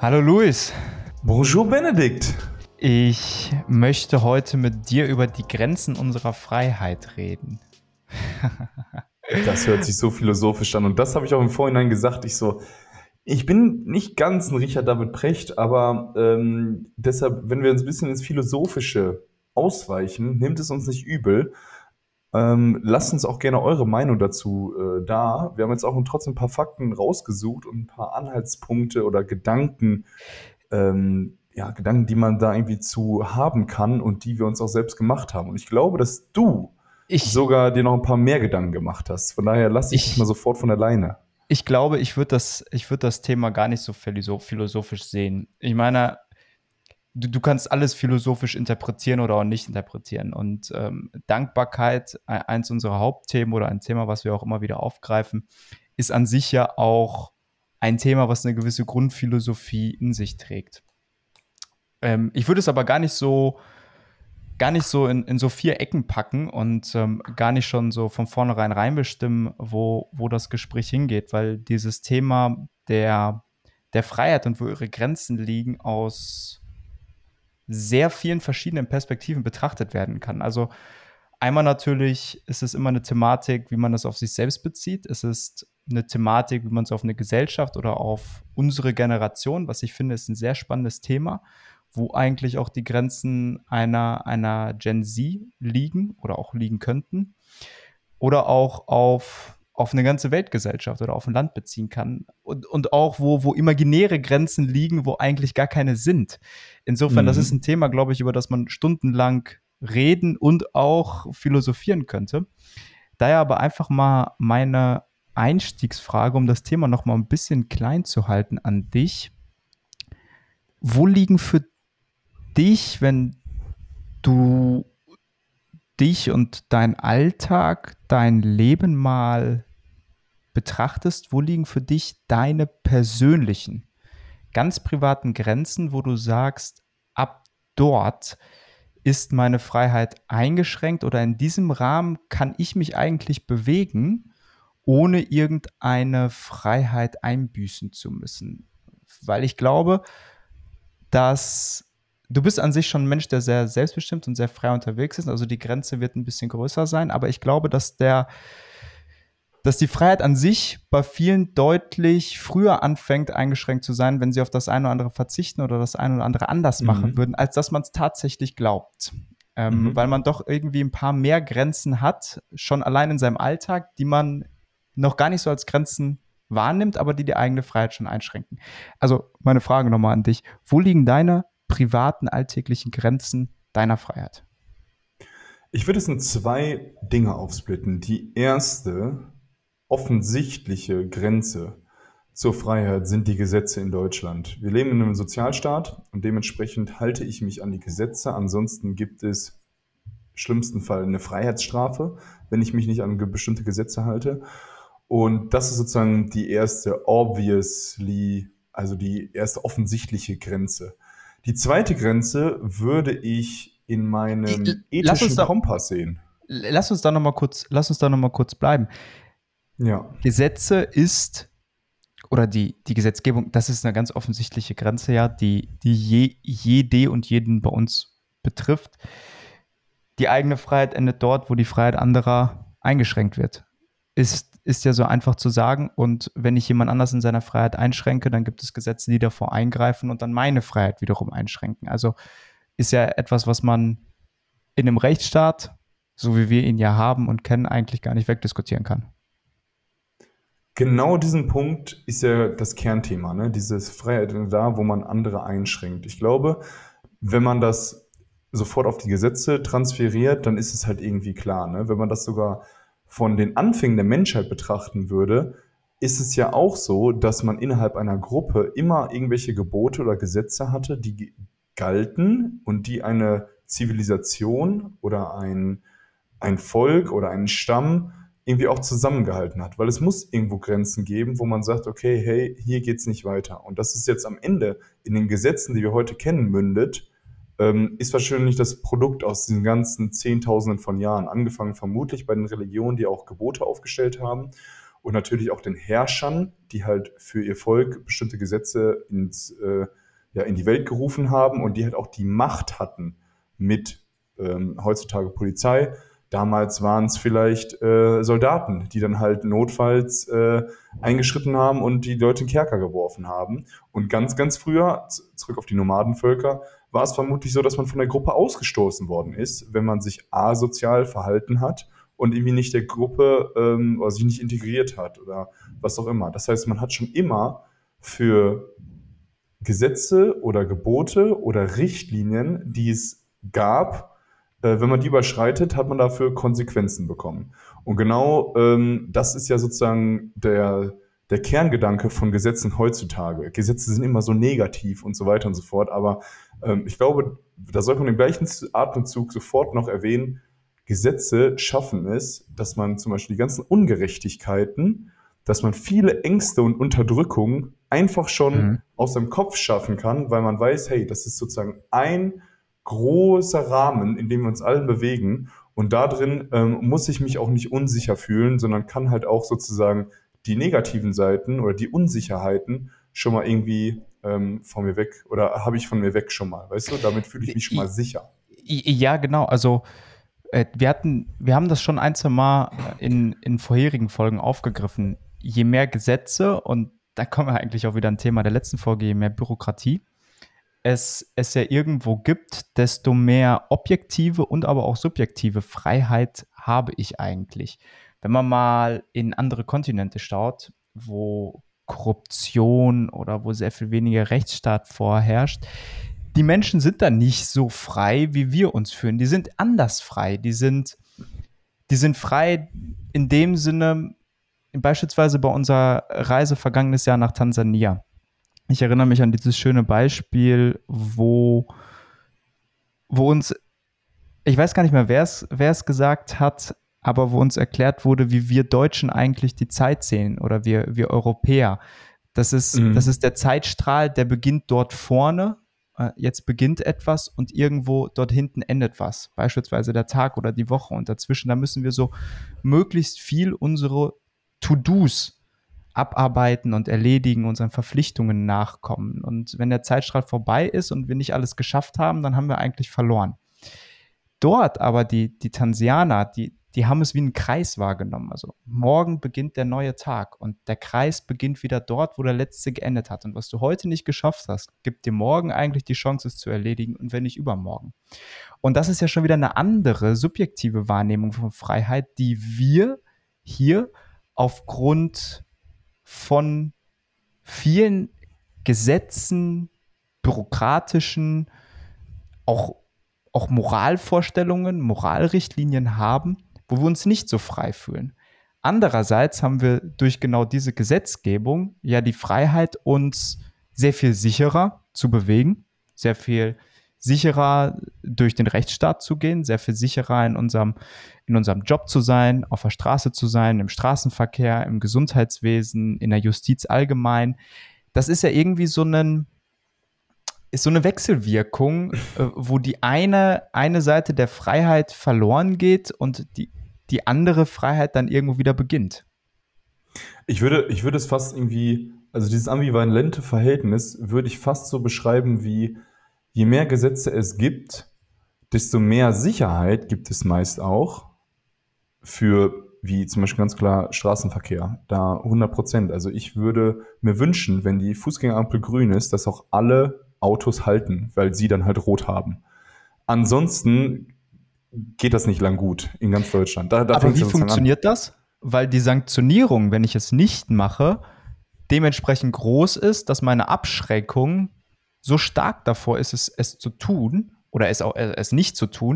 Hallo Luis, Bonjour Benedikt. ich möchte heute mit dir über die Grenzen unserer Freiheit reden. Das hört sich so philosophisch an und das habe ich auch im Vorhinein gesagt. Ich bin nicht ganz ein Richard David Precht, aber deshalb, wenn wir uns ein bisschen ins Philosophische ausweichen, nehmt es uns nicht übel. Lasst uns auch gerne eure Meinung dazu da. Wir haben jetzt auch trotzdem ein paar Fakten rausgesucht und ein paar Anhaltspunkte oder Gedanken, Gedanken, die man da irgendwie zu haben kann und die wir uns auch selbst gemacht haben. Und ich glaube, dass du Ich, sogar dir noch ein paar mehr Gedanken gemacht hast. Von daher lass ich dich mal ich, sofort von der Leine. ich glaube, ich würd das Thema gar nicht so philosophisch sehen. Ich meine, du kannst alles philosophisch interpretieren oder auch nicht interpretieren. Und Dankbarkeit, eins unserer Hauptthemen oder ein Thema, was wir auch immer wieder aufgreifen, ist an sich ja auch ein Thema, was eine gewisse Grundphilosophie in sich trägt. Ich würde es aber gar nicht so in so vier Ecken packen und gar nicht schon so von vornherein reinbestimmen, wo das Gespräch hingeht, weil dieses Thema der Freiheit und wo ihre Grenzen liegen, aus sehr vielen verschiedenen Perspektiven betrachtet werden kann. Also einmal natürlich ist es immer eine Thematik, wie man das auf sich selbst bezieht. Es ist eine Thematik, wie man es auf eine Gesellschaft oder auf unsere Generation, was ich finde, ist ein sehr spannendes Thema, wo eigentlich auch die Grenzen einer Gen Z liegen oder auch liegen könnten. Oder auch auf eine ganze Weltgesellschaft oder auf ein Land beziehen kann. Und auch, wo imaginäre Grenzen liegen, wo eigentlich gar keine sind. Insofern, das ist ein Mhm. Thema, glaube ich, über das man stundenlang reden und auch philosophieren könnte. Daher aber einfach mal meine Einstiegsfrage, um das Thema noch mal ein bisschen klein zu halten an dich. Wo liegen für dich, wenn du dich und deinen Alltag, dein Leben mal betrachtest, wo liegen für dich deine persönlichen, ganz privaten Grenzen, wo du sagst, ab dort ist meine Freiheit eingeschränkt oder in diesem Rahmen kann ich mich eigentlich bewegen, ohne irgendeine Freiheit einbüßen zu müssen. Weil ich glaube, dass du bist an sich schon ein Mensch, der sehr selbstbestimmt und sehr frei unterwegs ist. Also die Grenze wird ein bisschen größer sein, aber ich glaube, dass die Freiheit an sich bei vielen deutlich früher anfängt, eingeschränkt zu sein, wenn sie auf das eine oder andere verzichten oder das eine oder andere anders machen Mhm. würden, als dass man es tatsächlich glaubt. Weil Mhm. man doch irgendwie ein paar mehr Grenzen hat, schon allein in seinem Alltag, die man noch gar nicht so als Grenzen wahrnimmt, aber die eigene Freiheit schon einschränken. Also meine Frage nochmal an dich. Wo liegen deine privaten, alltäglichen Grenzen deiner Freiheit? Ich würde es in zwei Dinge aufsplitten. Die erste offensichtliche Grenze zur Freiheit sind die Gesetze in Deutschland. Wir leben in einem Sozialstaat und dementsprechend halte ich mich an die Gesetze. Ansonsten gibt es im schlimmsten Fall eine Freiheitsstrafe, wenn ich mich nicht an bestimmte Gesetze halte. Und das ist sozusagen die erste also die erste offensichtliche Grenze. Die zweite Grenze würde ich in meinem Lass uns ethischen da, Kompass sehen. lass uns da noch mal kurz bleiben. Ja. Gesetze ist oder die Gesetzgebung, das ist eine ganz offensichtliche Grenze, ja, die jede und jeden bei uns betrifft. Die eigene Freiheit endet dort, wo die Freiheit anderer eingeschränkt wird. Ist ja so einfach zu sagen. Und wenn ich jemand anders in seiner Freiheit einschränke, dann gibt es Gesetze, die davor eingreifen und dann meine Freiheit wiederum einschränken. Also ist ja etwas, was man in einem Rechtsstaat, so wie wir ihn ja haben und kennen, eigentlich gar nicht wegdiskutieren kann. Genau diesen Punkt ist ja das Kernthema, ne? Dieses Freiheit da, wo man andere einschränkt. Ich glaube, wenn man das sofort auf die Gesetze transferiert, dann ist es halt irgendwie klar, ne? Wenn man das sogar von den Anfängen der Menschheit betrachten würde, ist es ja auch so, dass man innerhalb einer Gruppe immer irgendwelche Gebote oder Gesetze hatte, die galten und die eine Zivilisation oder ein Volk oder einen Stamm irgendwie auch zusammengehalten hat. Weil es muss irgendwo Grenzen geben, wo man sagt, okay, hey, hier geht's nicht weiter. Und das ist jetzt am Ende in den Gesetzen, die wir heute kennen, mündet, ist wahrscheinlich das Produkt aus den ganzen Zehntausenden von Jahren. Angefangen vermutlich bei den Religionen, die auch Gebote aufgestellt haben. und natürlich auch den Herrschern, die halt für ihr Volk bestimmte Gesetze in die Welt gerufen haben und die halt auch die Macht hatten mit heutzutage Polizei. Damals waren es vielleicht Soldaten, die dann halt notfalls eingeschritten haben und die Leute in den Kerker geworfen haben. Und ganz, ganz früher, zurück auf die Nomadenvölker, war es vermutlich so, dass man von der Gruppe ausgestoßen worden ist, wenn man sich asozial verhalten hat und irgendwie nicht der Gruppe oder sich nicht integriert hat oder was auch immer. Das heißt, man hat schon immer für Gesetze oder Gebote oder Richtlinien, die es gab, wenn man die überschreitet, hat man dafür Konsequenzen bekommen. Und genau das ist ja sozusagen der Kerngedanke von Gesetzen heutzutage. Gesetze sind immer so negativ und so weiter und so fort, aber ich glaube, da sollte man im gleichen Atemzug sofort noch erwähnen, Gesetze schaffen es, dass man zum Beispiel die ganzen Ungerechtigkeiten, dass man viele Ängste und Unterdrückung einfach schon Mhm. aus dem Kopf schaffen kann, weil man weiß, hey, das ist sozusagen ein großer Rahmen, in dem wir uns allen bewegen. Und da drin muss ich mich auch nicht unsicher fühlen, sondern kann halt auch sozusagen die negativen Seiten oder die Unsicherheiten schon mal irgendwie von mir weg oder habe ich von mir weg schon mal, weißt du? Damit fühle ich mich schon mal sicher. Ja, genau. Also wir haben das schon ein, zwei Mal in vorherigen Folgen aufgegriffen. Je mehr Gesetze, und da kommen wir eigentlich auch wieder ein Thema der letzten Folge, je mehr Bürokratie es ja irgendwo gibt, desto mehr objektive und aber auch subjektive Freiheit habe ich eigentlich. Wenn man mal in andere Kontinente schaut, wo Korruption oder wo sehr viel weniger Rechtsstaat vorherrscht, die Menschen sind da nicht so frei, wie wir uns fühlen. Die sind anders frei. Die sind frei in dem Sinne, beispielsweise bei unserer Reise vergangenes Jahr nach Tansania. Ich erinnere mich an dieses schöne Beispiel, wo uns, ich weiß gar nicht mehr, wer es gesagt hat, aber wo uns erklärt wurde, wie wir Deutschen eigentlich die Zeit sehen oder wir Europäer. Das Mhm. ist der Zeitstrahl, der beginnt dort vorne. Jetzt beginnt etwas und irgendwo dort hinten endet was. Beispielsweise der Tag oder die Woche. Und dazwischen, da müssen wir so möglichst viel unsere To-Dos abarbeiten und erledigen, unseren Verpflichtungen nachkommen. Und wenn der Zeitstrahl vorbei ist und wir nicht alles geschafft haben, dann haben wir eigentlich verloren. Dort aber die Tansianer, die haben es wie einen Kreis wahrgenommen. Also morgen beginnt der neue Tag und der Kreis beginnt wieder dort, wo der letzte geendet hat. Und was du heute nicht geschafft hast, gibt dir morgen eigentlich die Chance, es zu erledigen und wenn nicht übermorgen. Und das ist ja schon wieder eine andere subjektive Wahrnehmung von Freiheit, die wir hier aufgrund von vielen Gesetzen, bürokratischen, auch, auch Moralvorstellungen, Moralrichtlinien haben, wo wir uns nicht so frei fühlen. Andererseits haben wir durch genau diese Gesetzgebung ja die Freiheit, uns sehr viel sicherer zu bewegen, sehr viel sicherer durch den Rechtsstaat zu gehen, sehr viel sicherer in unserem Job zu sein, auf der Straße zu sein, im Straßenverkehr, im Gesundheitswesen, in der Justiz allgemein. Das ist ja irgendwie ist so eine Wechselwirkung, wo eine Seite der Freiheit verloren geht und die andere Freiheit dann irgendwo wieder beginnt. Ich würde es fast irgendwie, also dieses ambivalente Verhältnis würde ich fast so beschreiben wie, je mehr Gesetze es gibt, desto mehr Sicherheit gibt es meist auch für, wie zum Beispiel ganz klar Straßenverkehr. Da 100%. Also ich würde mir wünschen, wenn die Fußgängerampel grün ist, dass auch alle Autos halten, weil sie dann halt rot haben. Ansonsten geht das nicht lang gut in ganz Deutschland. Da fängt Aber es wie ja sozusagen an. funktioniert das? Weil die Sanktionierung, wenn ich es nicht mache, dementsprechend groß ist, dass meine Abschreckung so stark davor ist, es zu tun oder es nicht zu tun,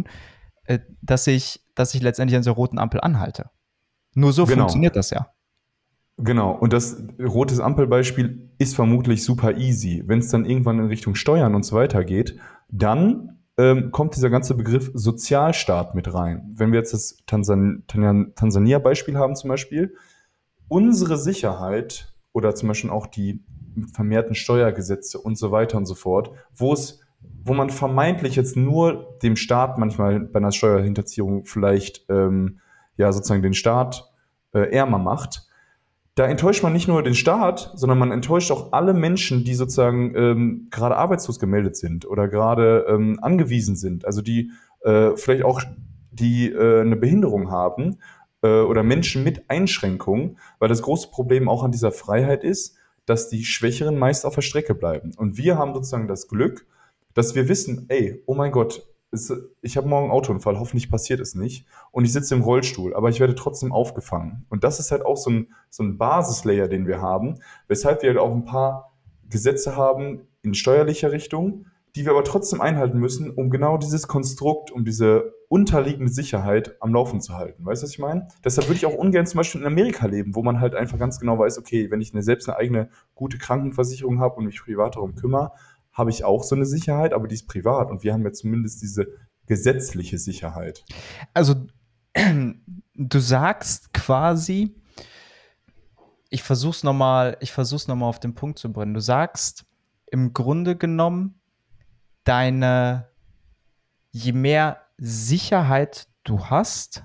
dass ich letztendlich an der roten Ampel anhalte. Nur so Genau. funktioniert das ja. Genau, und das rotes Ampelbeispiel ist vermutlich super easy. Wenn es dann irgendwann in Richtung Steuern und so weiter geht, dann kommt dieser ganze Begriff Sozialstaat mit rein. Wenn wir jetzt das Tansania-Beispiel haben zum Beispiel, unsere Sicherheit oder zum Beispiel auch die vermehrten Steuergesetze und so weiter und so fort, wo man vermeintlich jetzt nur dem Staat manchmal bei einer Steuerhinterziehung vielleicht ja sozusagen den Staat ärmer macht, da enttäuscht man nicht nur den Staat, sondern man enttäuscht auch alle Menschen, die sozusagen gerade arbeitslos gemeldet sind oder gerade angewiesen sind, also die vielleicht auch eine Behinderung haben oder Menschen mit Einschränkungen, weil das große Problem auch an dieser Freiheit ist, dass die Schwächeren meist auf der Strecke bleiben. Und wir haben sozusagen das Glück, dass wir wissen, ey, oh mein Gott, ich habe morgen einen Autounfall, hoffentlich passiert es nicht. Und ich sitze im Rollstuhl, aber ich werde trotzdem aufgefangen. Und das ist halt auch so ein Basislayer, den wir haben, weshalb wir halt auch ein paar Gesetze haben in steuerlicher Richtung, die wir aber trotzdem einhalten müssen, um genau dieses Konstrukt, um diese unterliegende Sicherheit am Laufen zu halten. Weißt du, was ich meine? Deshalb würde ich auch ungern zum Beispiel in Amerika leben, wo man halt einfach ganz genau weiß, okay, wenn ich selbst eine eigene gute Krankenversicherung habe und mich privat darum kümmere, habe ich auch so eine Sicherheit, aber die ist privat und wir haben ja zumindest diese gesetzliche Sicherheit. Also, du sagst quasi, ich versuch's noch mal auf den Punkt zu bringen. Du sagst im Grunde genommen, deine, je mehr Sicherheit du hast,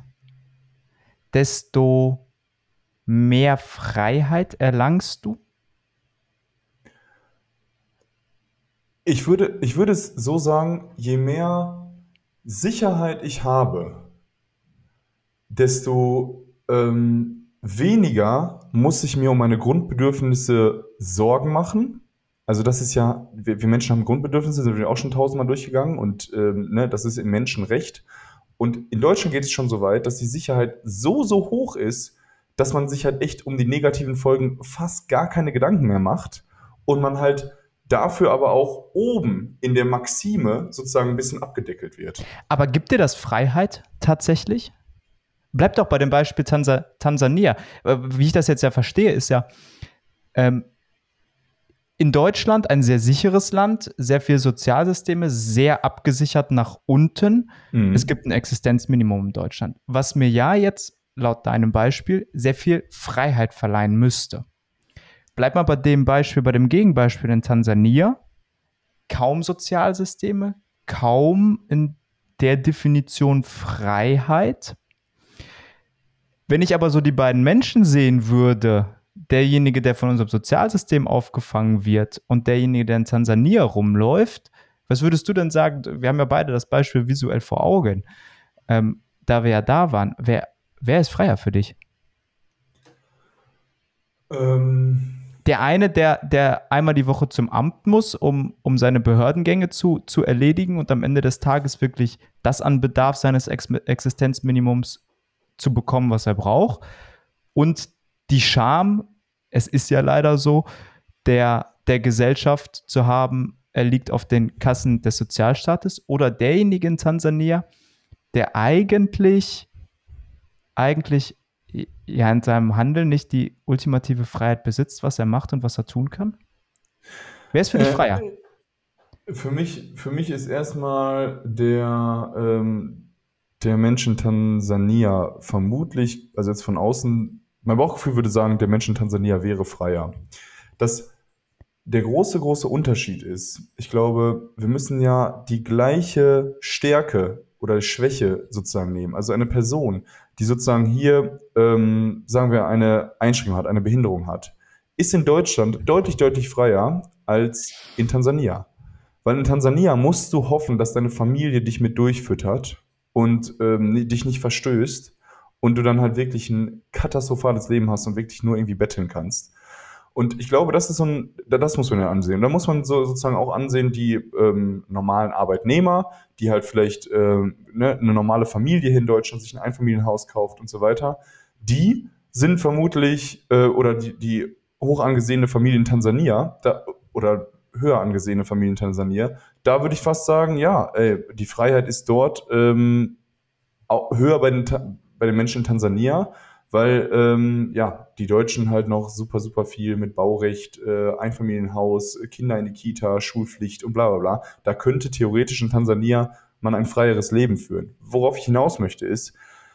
desto mehr Freiheit erlangst du. Ich würde es so sagen, je mehr Sicherheit ich habe, desto weniger muss ich mir um meine Grundbedürfnisse Sorgen machen. Also das ist ja, wir Menschen haben Grundbedürfnisse, sind wir auch schon tausendmal durchgegangen und ne, das ist im Menschenrecht. Und in Deutschland geht es schon so weit, dass die Sicherheit so, so hoch ist, dass man sich halt echt um die negativen Folgen fast gar keine Gedanken mehr macht und man halt dafür aber auch oben in der Maxime sozusagen ein bisschen abgedeckelt wird. Aber gibt dir das Freiheit tatsächlich? Bleib doch bei dem Beispiel Tansania. Wie ich das jetzt ja verstehe, ist ja ähm, in Deutschland ein sehr sicheres Land, sehr viele Sozialsysteme, sehr abgesichert nach unten. Es Mhm. gibt ein Existenzminimum in Deutschland, was mir ja jetzt laut deinem Beispiel sehr viel Freiheit verleihen müsste. Bleib mal bei dem Beispiel, bei dem Gegenbeispiel in Tansania. Kaum Sozialsysteme, kaum in der Definition Freiheit. Wenn ich aber so die beiden Menschen sehen würde, derjenige, der von unserem Sozialsystem aufgefangen wird und derjenige, der in Tansania rumläuft, was würdest du denn sagen? Wir haben ja beide das Beispiel visuell vor Augen. Da wir ja da waren, wer ist freier für dich? Ähm, Der eine, der einmal die Woche zum Amt muss, um seine Behördengänge zu erledigen und am Ende des Tages wirklich das an Bedarf seines Existenzminimums zu bekommen, was er braucht. Und die Scham, es ist ja leider so, der Gesellschaft zu haben, er liegt auf den Kassen des Sozialstaates oder derjenige in Tansania, der eigentlich ja in seinem Handeln nicht die ultimative Freiheit besitzt, was er macht und was er tun kann? Wer ist für dich äh, freier? für mich ist erstmal der Mensch in Tansania vermutlich, also jetzt von außen, mein Bauchgefühl würde sagen, der Mensch in Tansania wäre freier. Das, der große, große Unterschied ist, ich glaube, wir müssen ja die gleiche Stärke oder Schwäche sozusagen nehmen. Also eine Person, die sozusagen hier, sagen wir, eine Einschränkung hat, eine Behinderung hat, ist in Deutschland deutlich, deutlich freier als in Tansania. Weil in Tansania musst du hoffen, dass deine Familie dich mit durchfüttert und dich nicht verstößt und du dann halt wirklich ein katastrophales Leben hast und wirklich nur irgendwie betteln kannst. Und ich glaube, das ist das muss man ja ansehen. Da muss man sozusagen auch ansehen, die normalen Arbeitnehmer, die halt vielleicht ne, eine normale Familie hier in Deutschland sich ein Einfamilienhaus kauft und so weiter. Die sind vermutlich, oder die hoch angesehene Familie in Tansania, oder höher angesehene Familie in Tansania, da würde ich fast sagen, ja, ey, die Freiheit ist dort auch höher bei den Menschen in Tansania, weil ja, die Deutschen halt noch super, super viel mit Baurecht, Einfamilienhaus, Kinder in die Kita, Schulpflicht und bla bla bla. Da könnte theoretisch in Tansania man ein freieres Leben führen. Worauf ich hinaus möchte ist,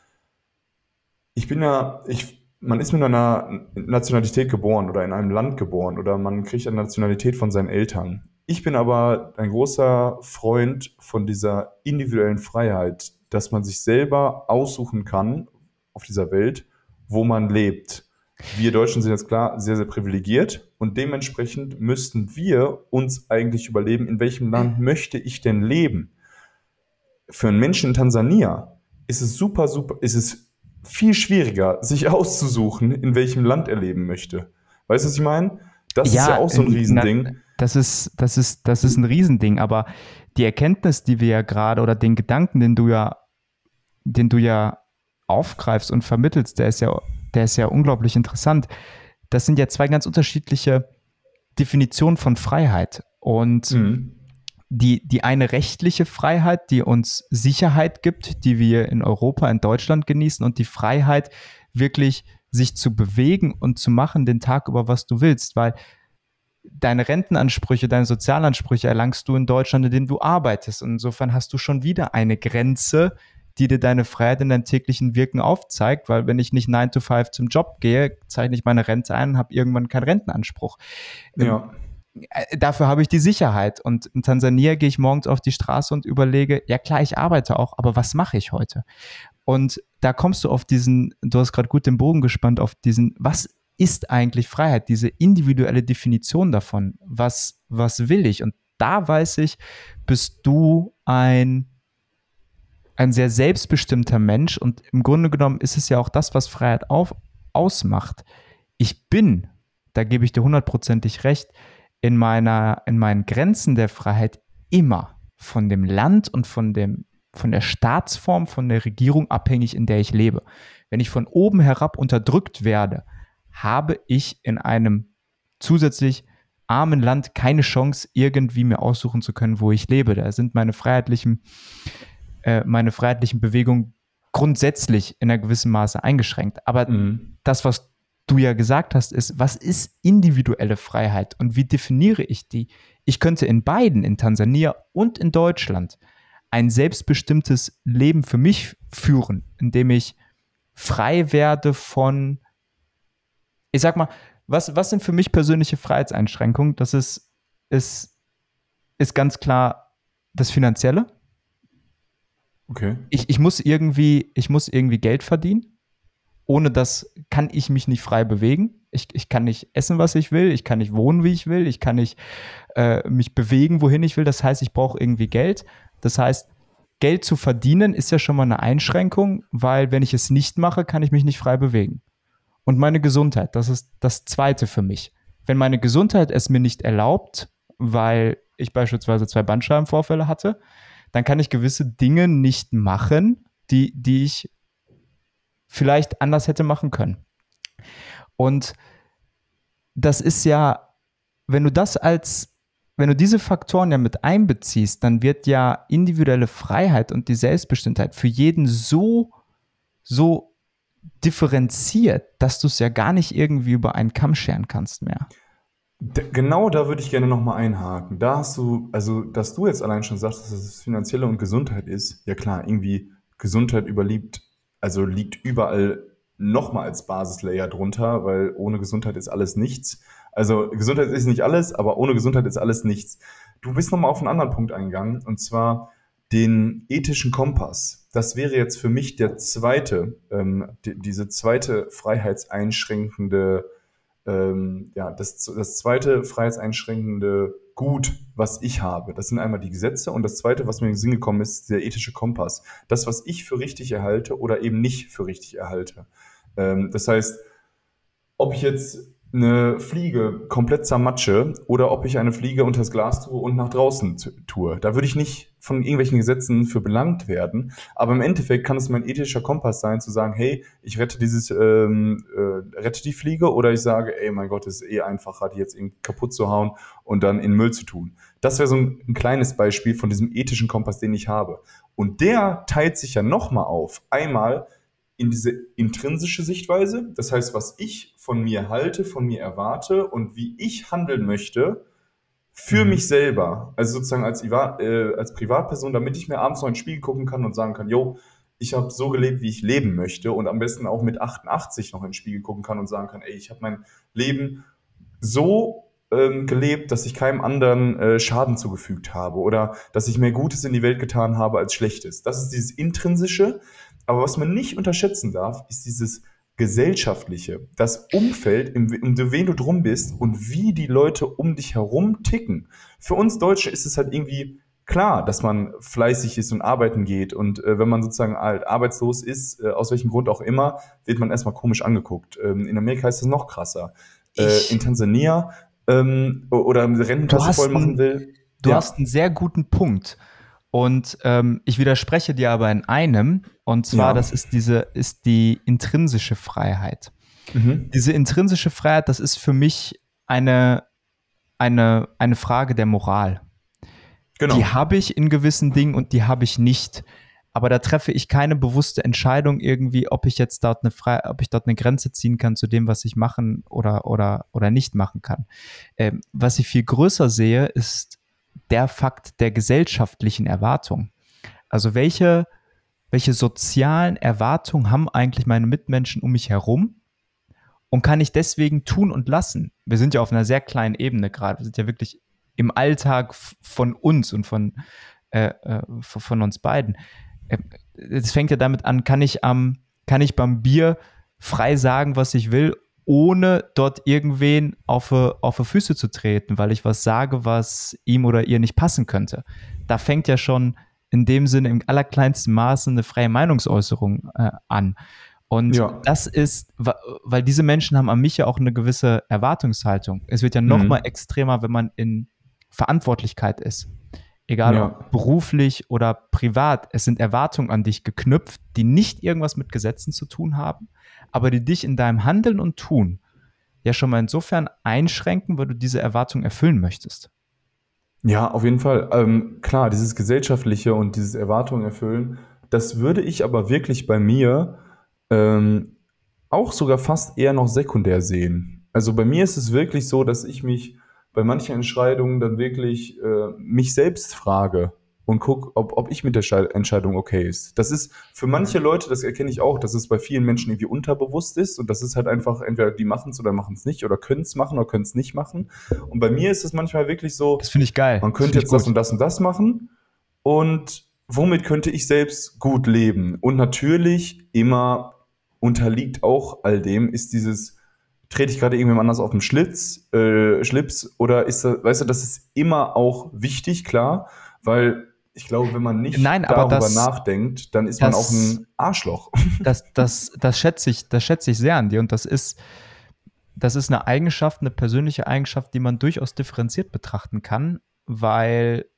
man ist mit einer Nationalität geboren oder in einem Land geboren oder man kriegt eine Nationalität von seinen Eltern. Ich bin aber ein großer Freund von dieser individuellen Freiheit, dass man sich selber aussuchen kann auf dieser Welt, wo man lebt. Wir Deutschen sind jetzt klar sehr, sehr privilegiert und dementsprechend müssten wir uns eigentlich überlegen, in welchem Land möchte ich denn leben? Für einen Menschen in Tansania ist es viel schwieriger, sich auszusuchen, in welchem Land er leben möchte. Weißt du, was ich meine? Das ist ja Ja, auch so ein Riesending. das ist ein Riesending, aber die Erkenntnis, die wir ja gerade, oder den Gedanken, den du ja aufgreifst und vermittelst, der ist ja unglaublich interessant. Das sind ja zwei ganz unterschiedliche Definitionen von Freiheit. Und Mhm. die eine rechtliche Freiheit, die uns Sicherheit gibt, die wir in Europa, in Deutschland genießen, und die Freiheit, wirklich sich zu bewegen und zu machen den Tag über, was du willst, weil deine Rentenansprüche, deine Sozialansprüche erlangst du in Deutschland, in dem du arbeitest. Und insofern hast du schon wieder eine Grenze, die dir deine Freiheit in deinem täglichen Wirken aufzeigt, weil wenn ich nicht 9 to 5 zum Job gehe, zeichne ich meine Rente ein und habe irgendwann keinen Rentenanspruch. Ja. Dafür habe ich die Sicherheit. Und in Tansania gehe ich morgens auf die Straße und überlege, ja klar, ich arbeite auch, aber was mache ich heute? Und da kommst du auf diesen, du hast gerade gut den Bogen gespannt, auf diesen, was ist eigentlich Freiheit? Diese individuelle Definition davon. Was will ich? Und da weiß ich, bist du ein sehr selbstbestimmter Mensch, und im Grunde genommen ist es ja auch das, was Freiheit ausmacht. Ich bin, da gebe ich dir hundertprozentig recht, in meinen Grenzen der Freiheit immer von dem Land und von der Staatsform, von der Regierung abhängig, in der ich lebe. Wenn ich von oben herab unterdrückt werde, habe ich in einem zusätzlich armen Land keine Chance, irgendwie mir aussuchen zu können, wo ich lebe. Da sind meine freiheitlichen Bewegungen grundsätzlich in einer gewissen Maße eingeschränkt. Aber Mhm. das, was du ja gesagt hast, ist, was ist individuelle Freiheit und wie definiere ich die? Ich könnte in beiden, in Tansania und in Deutschland, ein selbstbestimmtes Leben für mich führen, indem ich frei werde von, ich sag mal, was sind für mich persönliche Freiheitseinschränkungen? Ist, ist ganz klar das Finanzielle. Okay. Ich muss irgendwie Geld verdienen. Ohne das kann ich mich nicht frei bewegen. Ich kann nicht essen, was ich will. Ich kann nicht wohnen, wie ich will. Ich kann nicht mich bewegen, wohin ich will. Das heißt, ich brauche irgendwie Geld. Das heißt, Geld zu verdienen ist ja schon mal eine Einschränkung, weil wenn ich es nicht mache, kann ich mich nicht frei bewegen. Und meine Gesundheit, das ist das Zweite für mich. Wenn meine Gesundheit es mir nicht erlaubt, weil ich beispielsweise 2 Bandscheibenvorfälle hatte, dann kann ich gewisse Dinge nicht machen, die ich vielleicht anders hätte machen können. Und das ist ja, wenn du das wenn du diese Faktoren ja mit einbeziehst, dann wird ja individuelle Freiheit und die Selbstbestimmtheit für jeden so differenziert, dass du es ja gar nicht irgendwie über einen Kamm scheren kannst mehr. Genau da würde ich gerne nochmal einhaken. Da hast du, also, dass du jetzt allein schon sagst, dass es finanzielle und Gesundheit ist, ja klar, irgendwie Gesundheit also liegt überall nochmal als Basislayer drunter, weil ohne Gesundheit ist alles nichts. Also Gesundheit ist nicht alles, aber ohne Gesundheit ist alles nichts. Du bist nochmal auf einen anderen Punkt eingegangen, und zwar den ethischen Kompass. Das wäre jetzt für mich der zweite, diese zweite freiheitseinschränkende ja, das zweite freiheitseinschränkende Gut, was ich habe, das sind einmal die Gesetze, und das zweite, was mir in den Sinn gekommen ist, der ethische Kompass. Das, was ich für richtig erhalte oder eben nicht für richtig erhalte. Das heißt, ob ich jetzt eine Fliege komplett zermatsche oder ob ich eine Fliege unter das Glas tue und nach draußen tue. Da würde ich nicht von irgendwelchen Gesetzen für belangt werden. Aber im Endeffekt kann es mein ethischer Kompass sein, zu sagen, hey, ich rette die Fliege, oder ich sage, ey, mein Gott, es ist eh einfacher, die jetzt irgendwie kaputt zu hauen und dann in Müll zu tun. Das wäre so ein kleines Beispiel von diesem ethischen Kompass, den ich habe. Und der teilt sich ja nochmal auf. Einmal in diese intrinsische Sichtweise, das heißt, was ich von mir halte, von mir erwarte und wie ich handeln möchte für Mhm. mich selber, also sozusagen als Privatperson, damit ich mir abends noch ins Spiegel gucken kann und sagen kann, yo, ich habe so gelebt, wie ich leben möchte, und am besten auch mit 88 noch ins Spiegel gucken kann und sagen kann, ey, ich habe mein Leben so gelebt, dass ich keinem anderen Schaden zugefügt habe oder dass ich mehr Gutes in die Welt getan habe als Schlechtes. Das ist dieses Intrinsische. Aber was man nicht unterschätzen darf, ist dieses Gesellschaftliche, das Umfeld, um wen du drum bist und wie die Leute um dich herum ticken. Für uns Deutsche ist es halt irgendwie klar, dass man fleißig ist und arbeiten geht. Und wenn man sozusagen halt arbeitslos ist, aus welchem Grund auch immer, wird man erstmal komisch angeguckt. In Amerika ist das noch krasser. In Ich, Tansania oder du Rentenkasse voll hast machen einen, will. du Ja, hast einen sehr guten Punkt. Und ich widerspreche dir aber in einem, und zwar, ja. das ist die intrinsische Freiheit. Mhm. Diese intrinsische Freiheit, das ist für mich eine Frage der Moral. Die Genau. habe ich in gewissen Dingen und die habe ich nicht. Aber da treffe ich keine bewusste Entscheidung irgendwie, ob ich dort eine Grenze ziehen kann zu dem, was ich machen oder nicht machen kann. Was ich viel größer sehe, ist der Fakt der gesellschaftlichen Erwartung. Also welche sozialen Erwartungen haben eigentlich meine Mitmenschen um mich herum? Und kann ich deswegen tun und lassen? Wir sind ja auf einer sehr kleinen Ebene gerade. Wir sind ja wirklich im Alltag von uns und von uns beiden. Es fängt ja damit an, kann ich beim Bier frei sagen, was ich will, ohne dort irgendwen auf die Füße zu treten, weil ich was sage, was ihm oder ihr nicht passen könnte. Da fängt ja schon in dem Sinne im allerkleinsten Maße eine freie Meinungsäußerung an. Und Ja. das ist, weil diese Menschen haben an mich ja auch eine gewisse Erwartungshaltung. Es wird ja noch mal Mhm. extremer, wenn man in Verantwortlichkeit ist. Egal Ja. ob beruflich oder privat, es sind Erwartungen an dich geknüpft, die nicht irgendwas mit Gesetzen zu tun haben, aber die dich in deinem Handeln und Tun ja schon mal insofern einschränken, weil du diese Erwartung erfüllen möchtest. Ja, auf jeden Fall. Klar, dieses Gesellschaftliche und dieses Erwartungen erfüllen, das würde ich aber wirklich bei mir ähm, auch sogar fast eher noch sekundär sehen. Also bei mir ist es wirklich so, dass ich mich bei manchen Entscheidungen dann wirklich mich selbst frage und gucke, ob ich mit der Entscheidung okay ist. Das ist für manche Leute, das erkenne ich auch, dass es bei vielen Menschen irgendwie unterbewusst ist und das ist halt einfach, entweder die machen es oder machen es nicht oder können es machen oder können es nicht machen. Und bei mir ist es manchmal wirklich Das so, finde ich geil. man Das könnte finde ich jetzt das gut. und das und das machen und womit könnte ich selbst gut leben? Und natürlich immer unterliegt auch all dem, ist dieses, trete ich gerade irgendjemand anders auf den Schlips oder ist das, weißt du, das ist immer auch wichtig, klar, weil ich glaube, wenn man nicht Nein, aber darüber nachdenkt, dann ist man auch das, ein Arschloch. das schätze ich sehr an dir und das ist eine Eigenschaft, eine persönliche Eigenschaft, die man durchaus differenziert betrachten kann, weil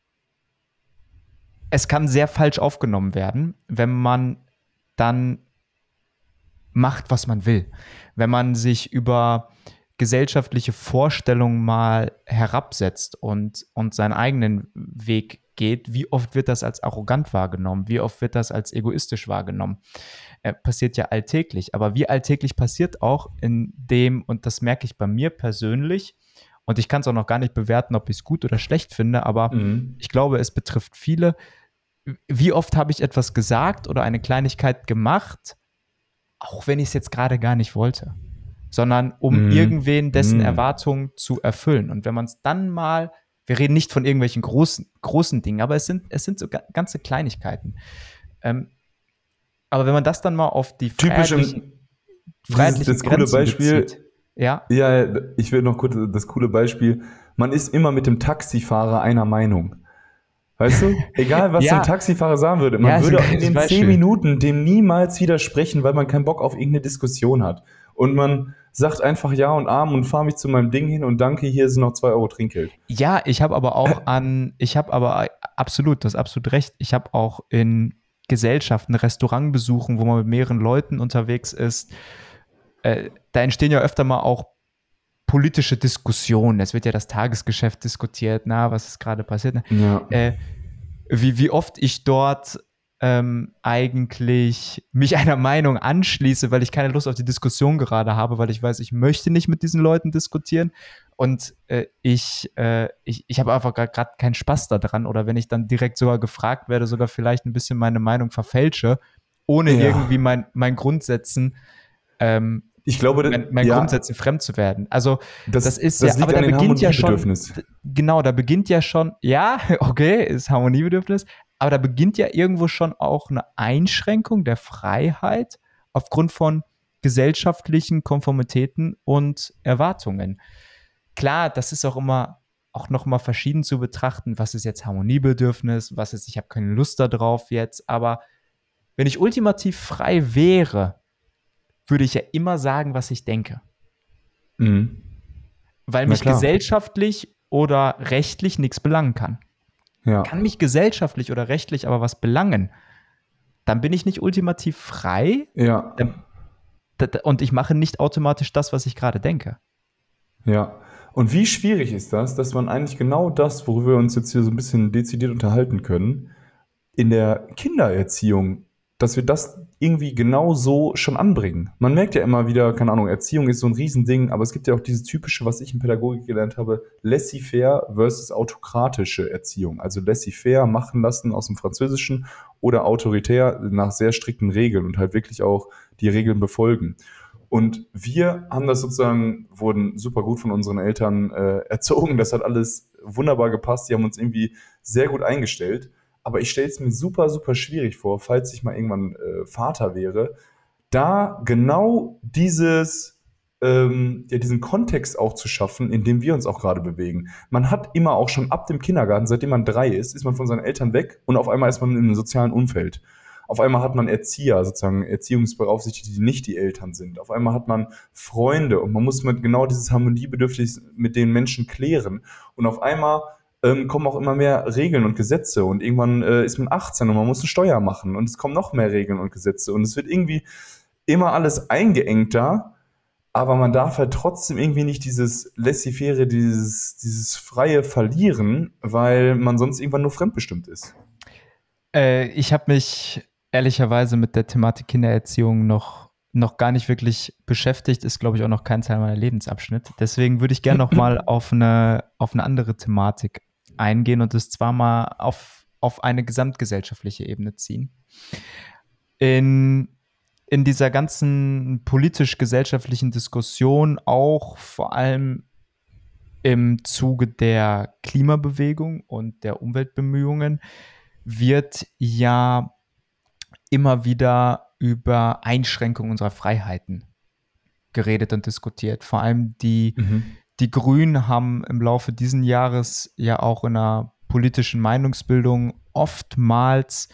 es kann sehr falsch aufgenommen werden, wenn man dann macht, was man will. Wenn man sich über gesellschaftliche Vorstellungen mal herabsetzt und seinen eigenen Weg geht, wie oft wird das als arrogant wahrgenommen? Wie oft wird das als egoistisch wahrgenommen? Passiert ja alltäglich. Aber wie alltäglich passiert auch in dem, und das merke ich bei mir persönlich, und ich kann es auch noch gar nicht bewerten, ob ich es gut oder schlecht finde, aber Mhm. ich glaube, es betrifft viele. Wie oft habe ich etwas gesagt oder eine Kleinigkeit gemacht, auch wenn ich es jetzt gerade gar nicht wollte, sondern um Mhm. irgendwen dessen Mhm. Erwartungen zu erfüllen. Und wenn man es dann mal, wir reden nicht von irgendwelchen großen Dingen, aber es sind so ganze Kleinigkeiten. Ähm, aber wenn man das dann mal auf die Typisch freiheitlichen das coole Grenzen Beispiel, bezieht, ja, ja, ich will noch kurz das coole Beispiel, man ist immer mit dem Taxifahrer einer Meinung. Weißt du? Egal, was so ein ja, Taxifahrer sagen würde, ja, man ist ein würde in geiles den 10 Beispiel. Minuten dem niemals widersprechen, weil man keinen Bock auf irgendeine Diskussion hat. Und man sagt einfach Ja und Amen und fahr mich zu meinem Ding hin und danke, hier sind noch 2 € Trinkgeld. Ja, ich habe aber absolut, das absolut recht. Ich habe auch in Gesellschaften, Restaurantbesuchen, wo man mit mehreren Leuten unterwegs ist, da entstehen ja öfter mal auch politische Diskussionen. Es wird ja das Tagesgeschäft diskutiert, na, was ist gerade passiert. Ne? Ja. Äh, wie oft ich dort eigentlich mich einer Meinung anschließe, weil ich keine Lust auf die Diskussion gerade habe, weil ich weiß, ich möchte nicht mit diesen Leuten diskutieren und ich habe einfach gerade keinen Spaß daran oder wenn ich dann direkt sogar gefragt werde, sogar vielleicht ein bisschen meine Meinung verfälsche, ohne Ja. irgendwie mein Grundsätzen ähm, Ich glaube, mein ja, Grundsätzen fremd zu werden. Also das ist ja, das liegt aber an da dem beginnt ja schon, Harmoniebedürfnis. genau, da beginnt ja schon, ja, okay, ist Harmoniebedürfnis, aber da beginnt ja irgendwo schon auch eine Einschränkung der Freiheit aufgrund von gesellschaftlichen Konformitäten und Erwartungen. Klar, das ist auch noch mal verschieden zu betrachten, was ist jetzt Harmoniebedürfnis, was ist, ich habe keine Lust darauf jetzt, aber wenn ich ultimativ frei wäre, würde ich ja immer sagen, was ich denke. Mhm. Weil Na mich klar. gesellschaftlich oder rechtlich nichts belangen kann. Ja. Kann mich gesellschaftlich oder rechtlich aber was belangen, dann bin ich nicht ultimativ frei Ja. und ich mache nicht automatisch das, was ich gerade denke. Ja. Und wie schwierig ist das, dass man eigentlich genau das, worüber wir uns jetzt hier so ein bisschen dezidiert unterhalten können, in der Kindererziehung, dass wir das irgendwie genau so schon anbringen. Man merkt ja immer wieder, keine Ahnung, Erziehung ist so ein Riesending, aber es gibt ja auch dieses typische, was ich in Pädagogik gelernt habe, laissez-faire versus autokratische Erziehung. Also laissez-faire machen lassen aus dem Französischen oder autoritär nach sehr strikten Regeln und halt wirklich auch die Regeln befolgen. Und wir haben das sozusagen, wurden super gut von unseren Eltern erzogen. Das hat alles wunderbar gepasst. Die haben uns irgendwie sehr gut eingestellt. Aber ich stelle es mir super, super schwierig vor, falls ich mal irgendwann Vater wäre, da genau diesen Kontext auch zu schaffen, in dem wir uns auch gerade bewegen. Man hat immer auch schon ab dem Kindergarten, seitdem man 3 ist man von seinen Eltern weg und auf einmal ist man in einem sozialen Umfeld. Auf einmal hat man Erzieher, sozusagen Erziehungsbeaufsichtigte, die nicht die Eltern sind. Auf einmal hat man Freunde und man muss mit genau dieses Harmoniebedürfnis mit den Menschen klären. Und auf einmal kommen auch immer mehr Regeln und Gesetze und irgendwann ist man 18 und man muss eine Steuer machen und es kommen noch mehr Regeln und Gesetze und es wird irgendwie immer alles eingeengter, aber man darf halt trotzdem irgendwie nicht dieses Laissez-faire, dieses freie verlieren, weil man sonst irgendwann nur fremdbestimmt ist. Ich habe mich ehrlicherweise mit der Thematik Kindererziehung noch gar nicht wirklich beschäftigt, ist, glaube ich, auch noch kein Teil meiner Lebensabschnitt. Deswegen würde ich gerne noch mal auf eine andere Thematik eingehen und es zwar mal auf eine gesamtgesellschaftliche Ebene ziehen. In dieser ganzen politisch-gesellschaftlichen Diskussion, auch vor allem im Zuge der Klimabewegung und der Umweltbemühungen, wird ja immer wieder über Einschränkungen unserer Freiheiten geredet und diskutiert. Vor allem die Grünen haben im Laufe dieses Jahres ja auch in der politischen Meinungsbildung oftmals